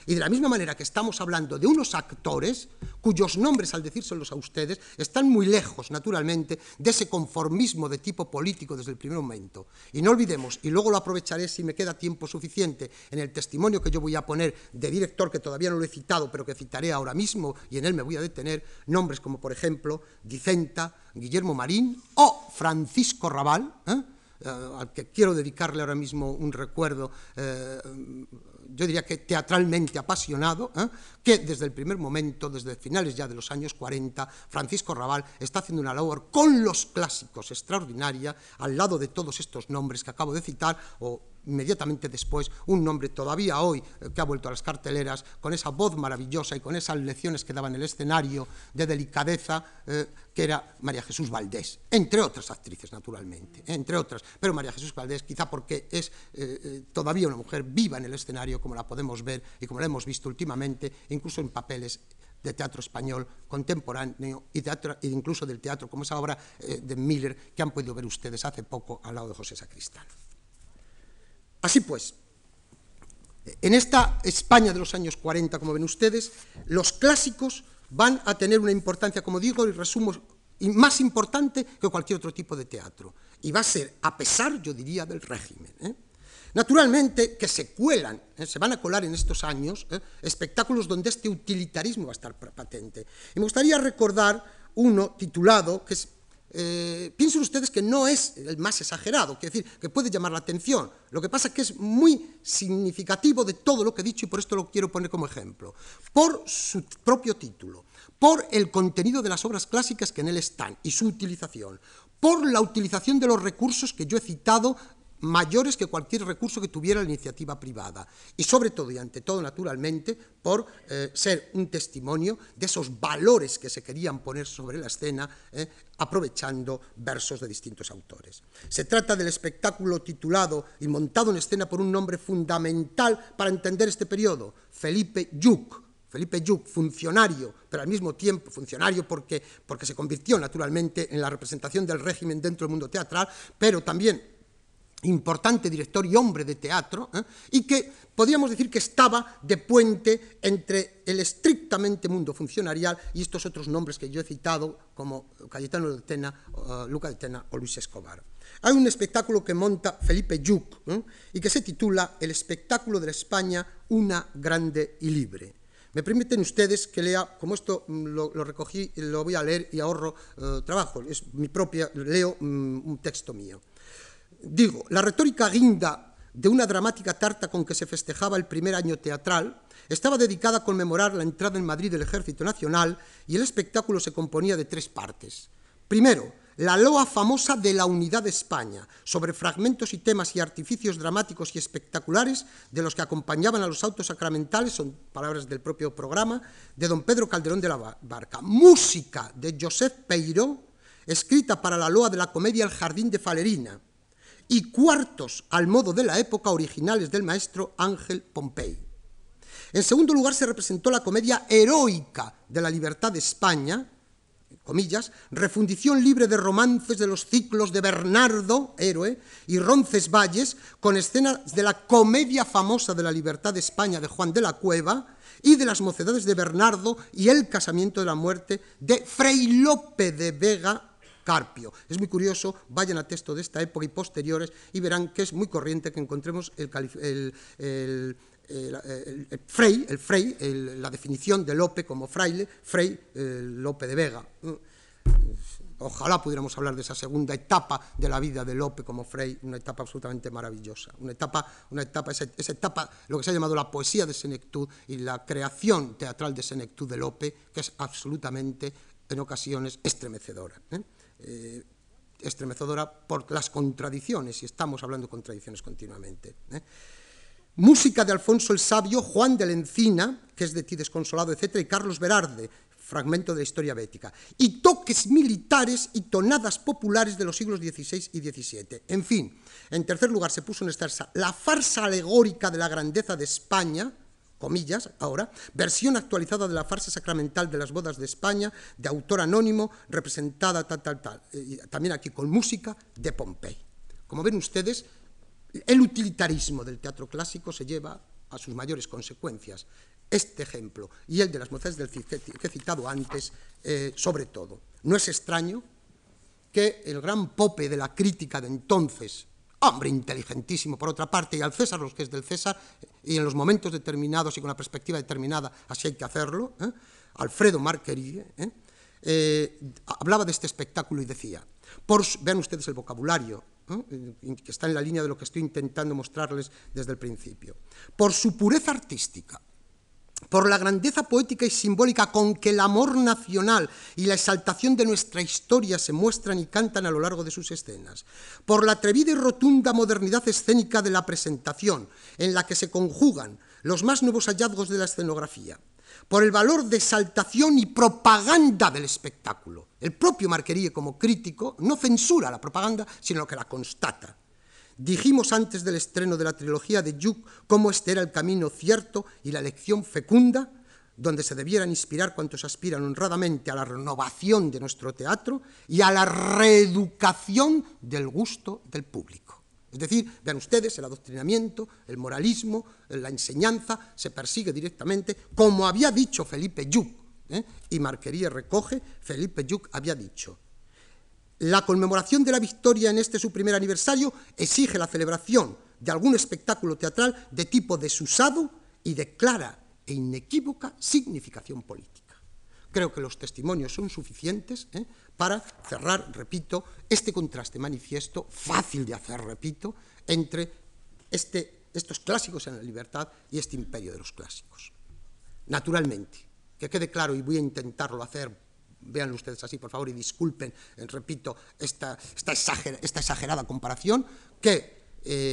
Y de la misma manera que estamos hablando de unos actores cuyos nombres, al decírselos a ustedes, están muy lejos, naturalmente, de ese conformismo de tipo político desde el primer momento. Y no olvidemos, y luego lo aprovecharé si me queda tiempo suficiente en el testimonio que yo voy a poner de director, que todavía no lo he citado, pero que citaré ahora mismo, y en él me voy a detener, nombres como, por ejemplo, Dicenta, Guillermo Marín o Francisco Rabal, ¿eh? Uh, al que quiero dedicarle ahora mismo un recuerdo, eh, yo diría que teatralmente apasionado, ¿eh? que desde el primer momento, desde finales ya de los años cuarenta, Francisco Rabal está haciendo una labor con los clásicos extraordinaria, al lado de todos estos nombres que acabo de citar, o inmediatamente después, un nombre todavía hoy eh, que ha vuelto a las carteleras, con esa voz maravillosa y con esas lecciones que daba en el escenario de delicadeza, eh, que era María Jesús Valdés, entre otras actrices, naturalmente, eh, entre otras, pero María Jesús Valdés quizá porque es eh, eh, todavía una mujer viva en el escenario, como la podemos ver y como la hemos visto últimamente, incluso en papeles de teatro español contemporáneo y teatro, e incluso del teatro, como esa obra eh, de Miller que han podido ver ustedes hace poco al lado de José Sacristán. Así pues, en esta España de los años cuarenta, como ven ustedes, los clásicos van a tener una importancia, como digo, y resumo, y más importante que cualquier otro tipo de teatro. Y va a ser, a pesar, yo diría, del régimen. ¿eh? Naturalmente que se cuelan, ¿eh? se van a colar en estos años ¿eh? espectáculos donde este utilitarismo va a estar patente. Y me gustaría recordar uno titulado, que es Eh, piensen ustedes que no es el más exagerado, quiere decir que puede llamar la atención, lo que pasa es que es muy significativo de todo lo que he dicho y por esto lo quiero poner como ejemplo, por su propio título, por el contenido de las obras clásicas que en él están y su utilización, por la utilización de los recursos que yo he citado, mayores que cualquier recurso que tuviera la iniciativa privada y sobre todo y ante todo naturalmente por eh, ser un testimonio de esos valores que se querían poner sobre la escena eh, aprovechando versos de distintos autores. Se trata del espectáculo titulado y montado en escena por un nombre fundamental para entender este periodo, Felipe Lluch. Felipe Lluch, funcionario, pero al mismo tiempo funcionario porque, porque se convirtió naturalmente en la representación del régimen dentro del mundo teatral, pero también importante director y hombre de teatro, ¿eh? y que podríamos decir que estaba de puente entre el estrictamente mundo funcionarial y estos otros nombres que yo he citado, como Cayetano de Tena, uh, Luca de Tena o Luis Escobar. Hay un espectáculo que monta Felipe Lluch ¿eh? y que se titula El espectáculo de la España, una grande y libre. Me permiten ustedes que lea, como esto lo, lo recogí, lo voy a leer y ahorro uh, trabajo, es mi propia, leo um, un texto mío. Digo, la retórica guinda de una dramática tarta con que se festejaba el primer año teatral estaba dedicada a conmemorar la entrada en Madrid del Ejército Nacional y el espectáculo se componía de tres partes. Primero, la loa famosa de la unidad de España, sobre fragmentos y temas y artificios dramáticos y espectaculares de los que acompañaban a los autos sacramentales, son palabras del propio programa, de don Pedro Calderón de la Barca. Música de Josep Peiró, escrita para la loa de la comedia El Jardín de Falerina, y cuartos al modo de la época originales del maestro Ángel Pompey. En segundo lugar se representó la comedia heroica de la libertad de España, comillas, refundición libre de romances de los ciclos de Bernardo, héroe, y Roncesvalles, con escenas de la comedia famosa de la libertad de España de Juan de la Cueva y de las mocedades de Bernardo y el casamiento de la muerte de Fray Lope de Vega Carpio. Es muy curioso, vayan a texto de esta época y posteriores y verán que es muy corriente que encontremos el, el, el, el, el, el Frei, el Frei el, la definición de Lope como fraile, Frei eh, Lope de Vega. Ojalá pudiéramos hablar de esa segunda etapa de la vida de Lope como Frei, una etapa absolutamente maravillosa, una etapa, una etapa esa, esa etapa, lo que se ha llamado la poesía de Senectud y la creación teatral de Senectud de Lope, que es absolutamente, en ocasiones, estremecedora. ¿eh? Eh, estremecedora por las contradicciones, y estamos hablando de contradicciones continuamente. ¿eh? Música de Alfonso el Sabio, Juan de la Encina, que es de Ti desconsolado, etcétera, y Carlos Berarde, fragmento de la historia bética, y toques militares y tonadas populares de los siglos dieciséis y diecisiete. En fin, en tercer lugar se puso en esta la farsa alegórica de la grandeza de España, comillas, ahora, versión actualizada de la farsa sacramental de las bodas de España, de autor anónimo, representada tal, tal, tal, y también aquí con música de Pompey. Como ven ustedes, el utilitarismo del teatro clásico se lleva a sus mayores consecuencias. este ejemplo y el de las mozas del Cid que he citado antes, eh, sobre todo. No es extraño que el gran pope de la crítica de entonces, hombre inteligentísimo por otra parte, y al César los que es del César, y en los momentos determinados y con la perspectiva determinada, así hay que hacerlo, ¿eh? Alfredo Marquerie, ¿eh? Eh, hablaba de este espectáculo y decía, por, vean ustedes el vocabulario, ¿eh? que está en la línea de lo que estoy intentando mostrarles desde el principio, por su pureza artística, por la grandeza poética y simbólica con que el amor nacional y la exaltación de nuestra historia se muestran y cantan a lo largo de sus escenas, por la atrevida y rotunda modernidad escénica de la presentación, en la que se conjugan los más nuevos hallazgos de la escenografía, por el valor de exaltación y propaganda del espectáculo. El propio Marquerie, como crítico, no censura la propaganda, sino que la constata. Dijimos antes del estreno de la trilogía de Lluch cómo este era el camino cierto y la lección fecunda, donde se debieran inspirar cuantos aspiran honradamente a la renovación de nuestro teatro y a la reeducación del gusto del público. Es decir, vean ustedes, el adoctrinamiento, el moralismo, la enseñanza se persigue directamente, como había dicho Felipe Lluch, ¿eh? Y Marquerie recoge, Felipe Lluch había dicho: la conmemoración de la victoria en este su primer aniversario exige la celebración de algún espectáculo teatral de tipo desusado y de clara e inequívoca significación política. Creo que los testimonios son suficientes ¿eh? para cerrar, repito, este contraste manifiesto, fácil de hacer, repito, entre este, estos clásicos en la libertad y este imperio de los clásicos. Naturalmente, que quede claro, y voy a intentarlo hacer, véanlo ustedes así, por favor, y disculpen, eh, repito, esta, esta, exager, esta exagerada comparación, que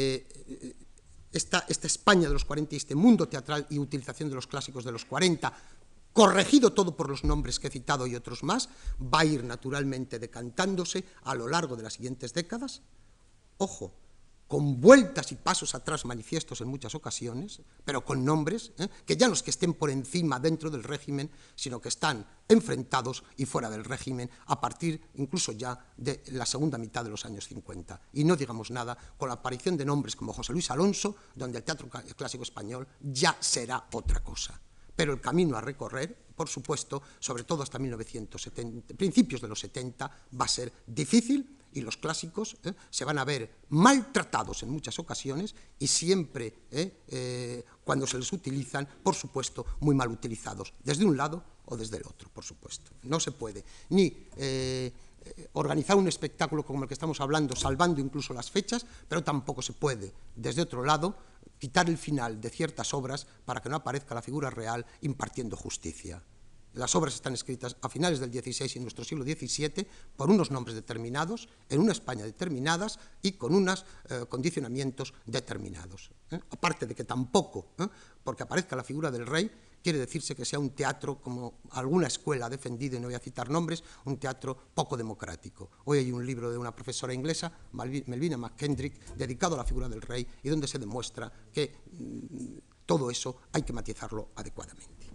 eh, esta, esta España de los cuarenta y este mundo teatral y utilización de los clásicos de los cuarenta, corregido todo por los nombres que he citado y otros más, va a ir naturalmente decantándose a lo largo de las siguientes décadas, ojo, con vueltas y pasos atrás manifiestos en muchas ocasiones, pero con nombres ¿eh? que ya no es que estén por encima dentro del régimen, sino que están enfrentados y fuera del régimen a partir incluso ya de la segunda mitad de los años cincuenta. Y no digamos nada con la aparición de nombres como José Luis Alonso, donde el teatro clásico español ya será otra cosa. Pero el camino a recorrer, por supuesto, sobre todo hasta mil novecientos setenta, principios de los setenta, va a ser difícil y los clásicos ¿eh? se van a ver maltratados en muchas ocasiones y siempre, ¿eh? Eh, cuando se les utilizan, por supuesto, muy mal utilizados, desde un lado o desde el otro, por supuesto. No se puede ni eh, organizar un espectáculo como el que estamos hablando, salvando incluso las fechas, pero tampoco se puede, desde otro lado, quitar el final de ciertas obras para que no aparezca la figura real impartiendo justicia. Las obras están escritas a finales del dieciséis y en nuestro siglo diecisiete por unos nombres determinados, en una España determinadas y con unos eh, condicionamientos determinados. ¿eh? Aparte de que tampoco, ¿eh? porque aparezca la figura del rey, quiere decirse que sea un teatro, como alguna escuela ha defendido, y no voy a citar nombres, un teatro poco democrático. Hoy hay un libro de una profesora inglesa, Melvina McKendrick, dedicado a la figura del rey y donde se demuestra que mmm, todo eso hay que matizarlo adecuadamente.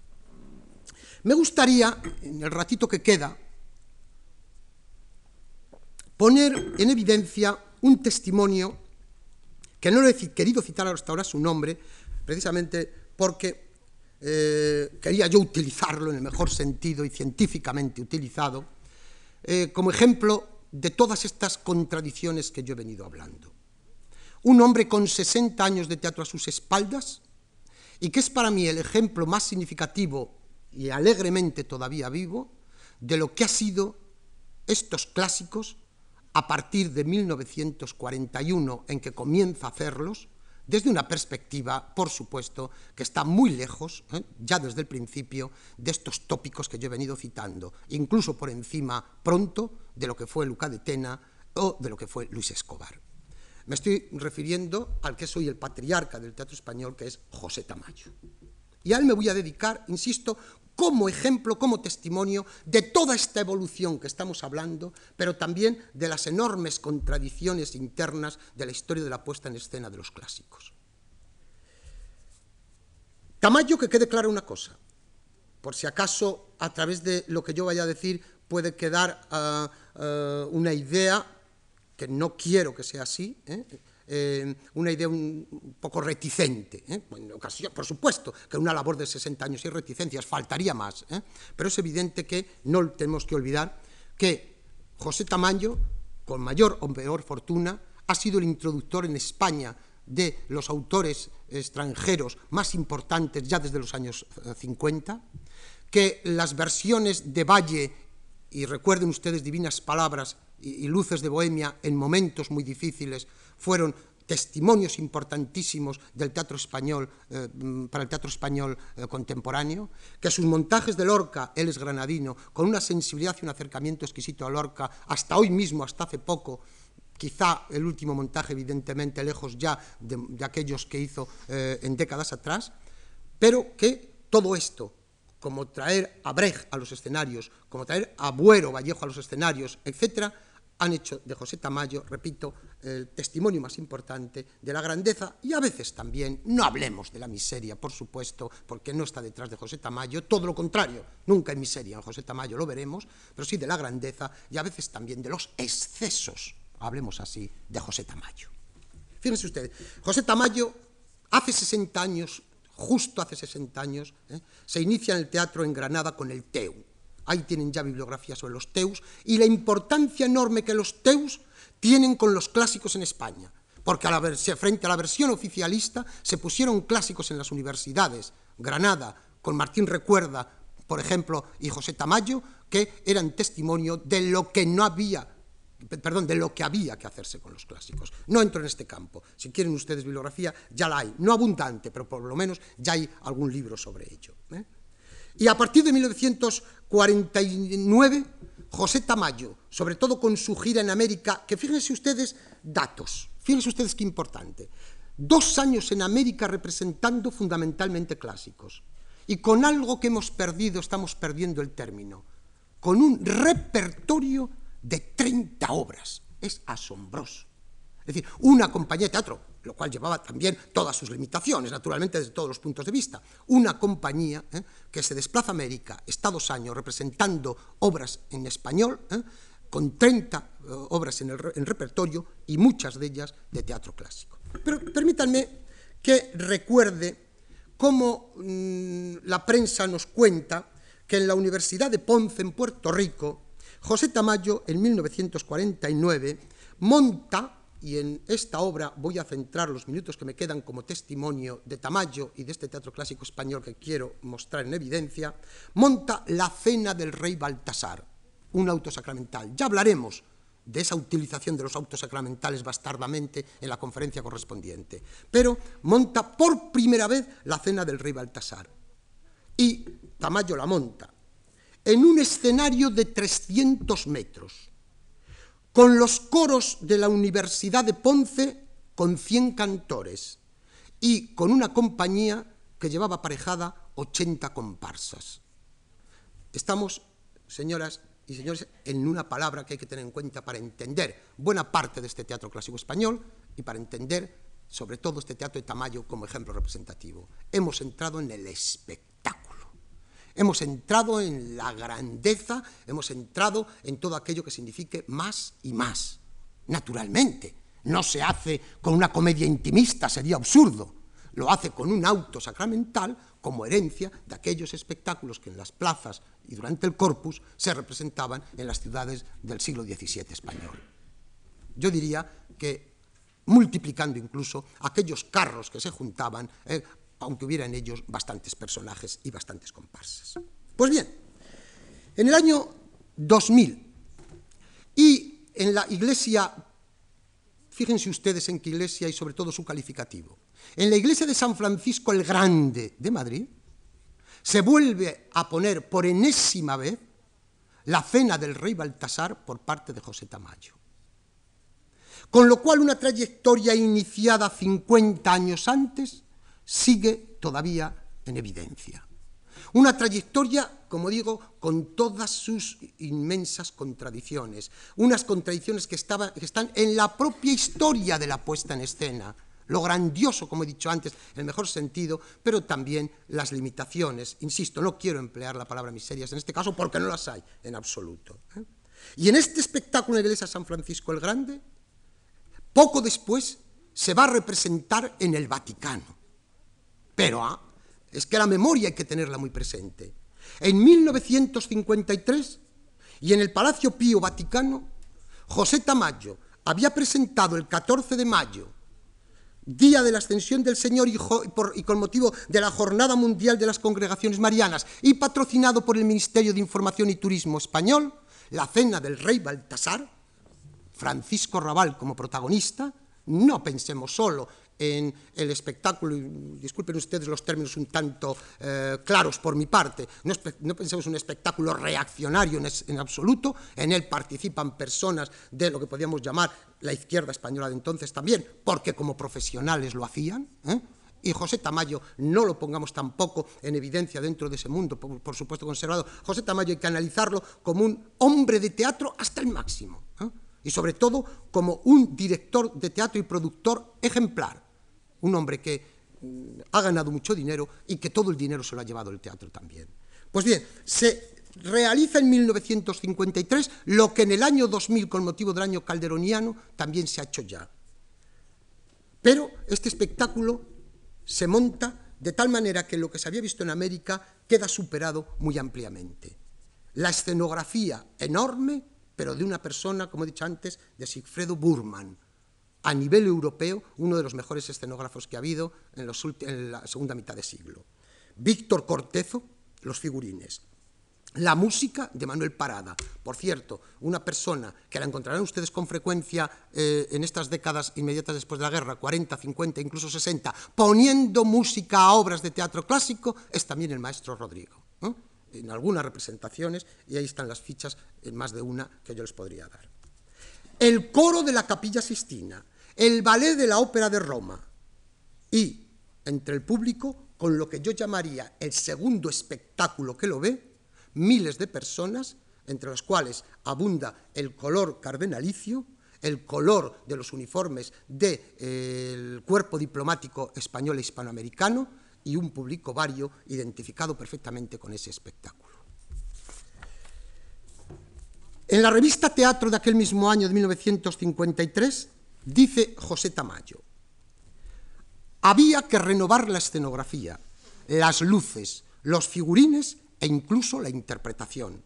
Me gustaría, en el ratito que queda, poner en evidencia un testimonio que no lo he querido citar hasta ahora su nombre, precisamente porque eh, quería yo utilizarlo en el mejor sentido y científicamente utilizado, eh, como ejemplo de todas estas contradicciones que yo he venido hablando. Un hombre con sesenta años de teatro a sus espaldas y que es para mí el ejemplo más significativo y alegremente todavía vivo, de lo que ha sido estos clásicos a partir de mil novecientos cuarenta y uno, en que comienza a hacerlos, desde una perspectiva, por supuesto, que está muy lejos, ¿eh? ya desde el principio, de estos tópicos que yo he venido citando, incluso por encima, pronto, de lo que fue Luca de Tena o de lo que fue Luis Escobar. Me estoy refiriendo al que es hoy el patriarca del teatro español, que es José Tamayo. Y a él me voy a dedicar, insisto, como ejemplo, como testimonio de toda esta evolución que estamos hablando, pero también de las enormes contradicciones internas de la historia de la puesta en escena de los clásicos. Tamayo, que quede clara una cosa, por si acaso a través de lo que yo vaya a decir puede quedar uh, uh, una idea, que no quiero que sea así, ¿eh? eh, una idea un, un poco reticente. ¿eh? En ocasión, por supuesto que en una labor de sesenta años hay reticencias, faltaría más, ¿eh? Pero es evidente que no tenemos que olvidar que José Tamayo, con mayor o peor fortuna, ha sido el introductor en España de los autores extranjeros más importantes ya desde los años cincuenta, que las versiones de Valle, y recuerden ustedes Divinas Palabras y, y Luces de Bohemia en momentos muy difíciles, fueron testimonios importantísimos del teatro español, eh, para el teatro español eh, contemporáneo, que sus montajes de Lorca, él es granadino, con una sensibilidad y un acercamiento exquisito a Lorca, hasta hoy mismo, hasta hace poco, quizá el último montaje evidentemente lejos ya de, de aquellos que hizo eh, en décadas atrás, pero que todo esto, como traer a Brecht a los escenarios, como traer a Buero Vallejo a los escenarios, etcétera, han hecho de José Tamayo, repito, el testimonio más importante de la grandeza y a veces también, no hablemos de la miseria, por supuesto, porque no está detrás de José Tamayo, todo lo contrario, nunca hay miseria en José Tamayo, lo veremos, pero sí de la grandeza y a veces también de los excesos, hablemos así, de José Tamayo. Fíjense ustedes, José Tamayo hace sesenta años, justo hace sesenta años, ¿eh? se inicia en el teatro en Granada con el Teu. Ahí tienen ya bibliografía sobre los teus y la importancia enorme que los teus tienen con los clásicos en España, porque a la, frente a la versión oficialista se pusieron clásicos en las universidades, Granada, con Martín Recuerda, por ejemplo, y José Tamayo, que eran testimonio de lo que no había, perdón, de lo que había que hacerse con los clásicos. No entro en este campo, si quieren ustedes bibliografía, ya la hay, no abundante, pero por lo menos ya hay algún libro sobre ello, ¿eh? Y a partir de mil novecientos cuarenta y nueve, José Tamayo, sobre todo con su gira en América, que fíjense ustedes datos, fíjense ustedes qué importante, dos años en América representando fundamentalmente clásicos, y con algo que hemos perdido, estamos perdiendo el término, con un repertorio de treinta obras, es asombroso. Es decir, una compañía de teatro, lo cual llevaba también todas sus limitaciones, naturalmente desde todos los puntos de vista, una compañía ¿eh? que se desplaza a América, está dos años representando obras en español, ¿eh? con treinta eh, obras en el en repertorio y muchas de ellas de teatro clásico. Pero permítanme que recuerde cómo mmm, la prensa nos cuenta que en la Universidad de Ponce, en Puerto Rico, José Tamayo, en mil novecientos cuarenta y nueve, monta, y en esta obra voy a centrar los minutos que me quedan como testimonio de Tamayo y de este teatro clásico español que quiero mostrar en evidencia, monta La Cena del Rey Baltasar, un auto sacramental. Ya hablaremos de esa utilización de los autos sacramentales bastardamente en la conferencia correspondiente, pero monta por primera vez La Cena del Rey Baltasar. Y Tamayo la monta en un escenario de trescientos metros, con los coros de la Universidad de Ponce con cien cantores y con una compañía que llevaba aparejada ochenta comparsas. Estamos, señoras y señores, en una palabra que hay que tener en cuenta para entender buena parte de este teatro clásico español y para entender, sobre todo, este teatro de Tamayo como ejemplo representativo. Hemos entrado en el espectáculo. Hemos entrado en la grandeza, hemos entrado en todo aquello que signifique más y más. Naturalmente, no se hace con una comedia intimista, sería absurdo. Lo hace con un auto sacramental como herencia de aquellos espectáculos que en las plazas y durante el Corpus se representaban en las ciudades del siglo diecisiete español. Yo diría que multiplicando incluso aquellos carros que se juntaban, eh, aunque hubiera en ellos bastantes personajes y bastantes comparsas. Pues bien, en el año dos mil, y en la iglesia, fíjense ustedes en qué iglesia y sobre todo su calificativo, en la iglesia de San Francisco el Grande de Madrid, se vuelve a poner por enésima vez La Cena del Rey Baltasar por parte de José Tamayo. Con lo cual una trayectoria iniciada cincuenta años antes sigue todavía en evidencia. Una trayectoria, como digo, con todas sus inmensas contradicciones, unas contradicciones que, estaba, que están en la propia historia de la puesta en escena, lo grandioso, como he dicho antes, en el mejor sentido, pero también las limitaciones. Insisto, no quiero emplear la palabra miserias en este caso porque no las hay en absoluto, ¿eh? Y en este espectáculo en la iglesia de San Francisco el Grande, poco después se va a representar en el Vaticano. Pero ah, es que la memoria hay que tenerla muy presente. En mil novecientos cincuenta y tres, y en el Palacio Pío Vaticano, José Tamayo había presentado el catorce de mayo, día de la Ascensión del Señor y, por, y con motivo de la Jornada Mundial de las Congregaciones Marianas y patrocinado por el Ministerio de Información y Turismo español, la cena del rey Baltasar, Francisco Rabal como protagonista. No pensemos solo en el espectáculo, y disculpen ustedes los términos un tanto eh, claros por mi parte, no, no pensemos en un espectáculo reaccionario en, es, en absoluto. En él participan personas de lo que podríamos llamar la izquierda española de entonces también, porque como profesionales lo hacían, ¿eh? Y José Tamayo no lo pongamos tampoco en evidencia dentro de ese mundo, por, por supuesto conservador. José Tamayo hay que analizarlo como un hombre de teatro hasta el máximo, ¿eh? Y sobre todo como un director de teatro y productor ejemplar. Un hombre que ha ganado mucho dinero y que todo el dinero se lo ha llevado el teatro también. Pues bien, se realiza en mil novecientos cincuenta y tres lo que en el año dos mil, con motivo del año calderoniano, también se ha hecho ya. Pero este espectáculo se monta de tal manera que lo que se había visto en América queda superado muy ampliamente. La escenografía enorme, pero de una persona, como he dicho antes, de Sigfredo Burman, a nivel europeo, uno de los mejores escenógrafos que ha habido en, los en la segunda mitad de siglo. Víctor Cortezo, los figurines. La música de Manuel Parada, por cierto, una persona que la encontrarán ustedes con frecuencia eh, en estas décadas inmediatas después de la guerra, cuarenta, cincuenta, incluso sesenta, poniendo música a obras de teatro clásico, es también el maestro Rodrigo, ¿eh? En algunas representaciones, y ahí están las fichas, en más de una que yo les podría dar. El coro de la Capilla Sistina, el ballet de la Ópera de Roma y, entre el público, con lo que yo llamaría el segundo espectáculo que lo ve, miles de personas, entre las cuales abunda el color cardenalicio, el color de los uniformes del eh, cuerpo diplomático español e hispanoamericano y un público vario identificado perfectamente con ese espectáculo. En la revista Teatro de aquel mismo año de mil novecientos cincuenta y tres, dice José Tamayo: había que renovar la escenografía, las luces, los figurines e incluso la interpretación.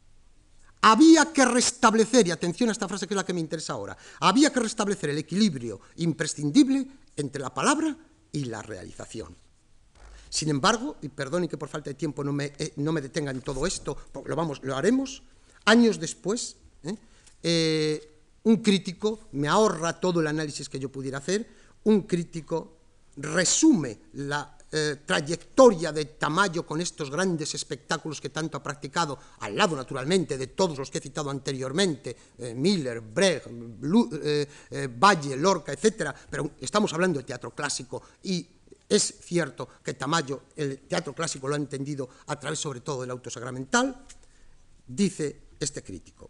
Había que restablecer, y atención a esta frase que es la que me interesa ahora, había que restablecer el equilibrio imprescindible entre la palabra y la realización. Sin embargo, y perdonen que por falta de tiempo no me, eh, no me detenga en todo esto, lo, vamos, lo haremos, años después, ¿eh? Eh, un crítico me ahorra todo el análisis que yo pudiera hacer, un crítico resume la eh, trayectoria de Tamayo con estos grandes espectáculos que tanto ha practicado, al lado naturalmente de todos los que he citado anteriormente, eh, Miller, Brecht, Blu, eh, eh, Valle, Lorca, etcétera, pero estamos hablando de teatro clásico y es cierto que Tamayo el teatro clásico lo ha entendido a través sobre todo del auto sacramental. Dice este crítico: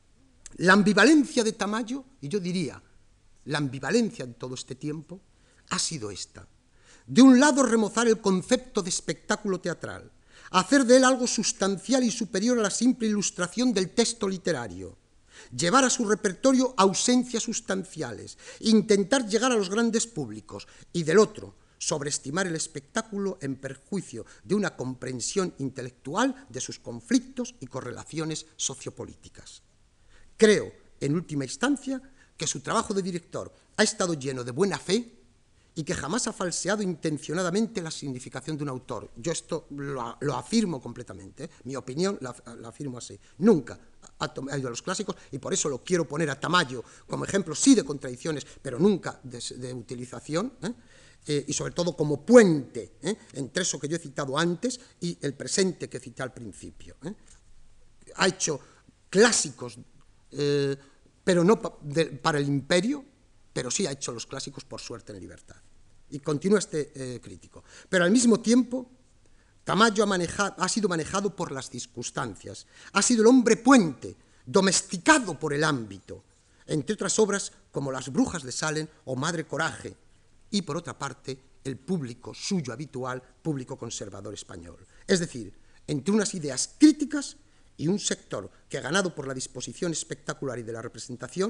la ambivalencia de Tamayo, y yo diría la ambivalencia de todo este tiempo, ha sido esta. De un lado, remozar el concepto de espectáculo teatral, hacer de él algo sustancial y superior a la simple ilustración del texto literario, llevar a su repertorio ausencias sustanciales, intentar llegar a los grandes públicos, y del otro, sobreestimar el espectáculo en perjuicio de una comprensión intelectual de sus conflictos y correlaciones sociopolíticas. Creo, en última instancia, que su trabajo de director ha estado lleno de buena fe y que jamás ha falseado intencionadamente la significación de un autor. Yo esto lo, lo afirmo completamente, ¿eh? Mi opinión la, la afirmo así. Nunca ha, ha ido a los clásicos y por eso lo quiero poner a Tamayo como ejemplo, sí de contradicciones, pero nunca de, de utilización, ¿eh? Eh, y sobre todo como puente ¿eh? entre eso que yo he citado antes y el presente que cité al principio. ¿eh? Ha hecho clásicos, eh, pero no pa, de, para el imperio, pero sí ha hecho los clásicos por suerte en libertad. Y continúa este eh, crítico. Pero al mismo tiempo, Tamayo ha, manejado, ha sido manejado por las circunstancias, ha sido el hombre puente, domesticado por el ámbito, entre otras obras como Las brujas de Salem o Madre Coraje, y por otra parte, el público suyo habitual, público conservador español. Es decir, entre unas ideas críticas y un sector que, ganado por la disposición espectacular y de la representación,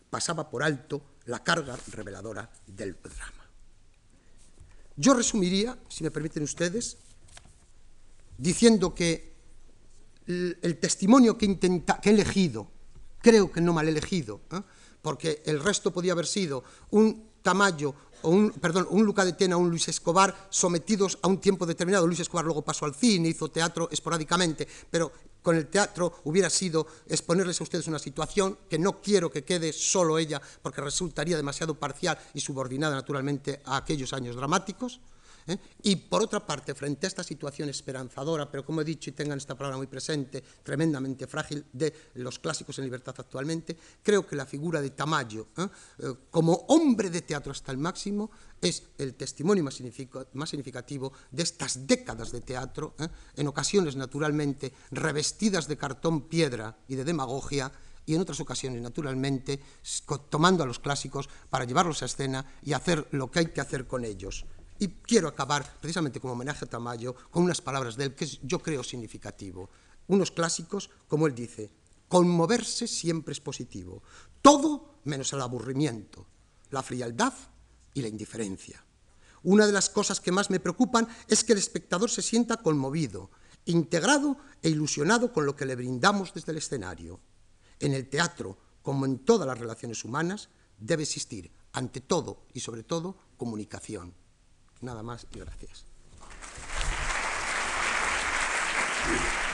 pasaba por alto la carga reveladora del drama. Yo resumiría, si me permiten ustedes, diciendo que el, el testimonio que, intenta, que he elegido, creo que no mal elegido, ¿eh? porque el resto podía haber sido un Tamayo, o un, perdón, un Luca de Tena o un Luis Escobar sometidos a un tiempo determinado. Luis Escobar luego pasó al cine, hizo teatro esporádicamente, pero con el teatro hubiera sido exponerles a ustedes una situación que no quiero que quede solo ella, porque resultaría demasiado parcial y subordinada naturalmente a aquellos años dramáticos. ¿Eh? Y por otra parte, frente a esta situación esperanzadora, pero como he dicho y tengan esta palabra muy presente, tremendamente frágil, de los clásicos en libertad actualmente, creo que la figura de Tamayo, ¿eh? Eh, como hombre de teatro hasta el máximo, es el testimonio más, más significativo de estas décadas de teatro, ¿eh? en ocasiones naturalmente revestidas de cartón piedra y de demagogia, y en otras ocasiones, naturalmente, tomando a los clásicos para llevarlos a escena y hacer lo que hay que hacer con ellos. Y quiero acabar, precisamente como homenaje a Tamayo, con unas palabras de él que yo creo significativo. Unos clásicos, como él dice, conmoverse siempre es positivo, todo menos el aburrimiento, la frialdad y la indiferencia. Una de las cosas que más me preocupan es que el espectador se sienta conmovido, integrado e ilusionado con lo que le brindamos desde el escenario. En el teatro, como en todas las relaciones humanas, debe existir, ante todo y sobre todo, comunicación. Nada más y gracias.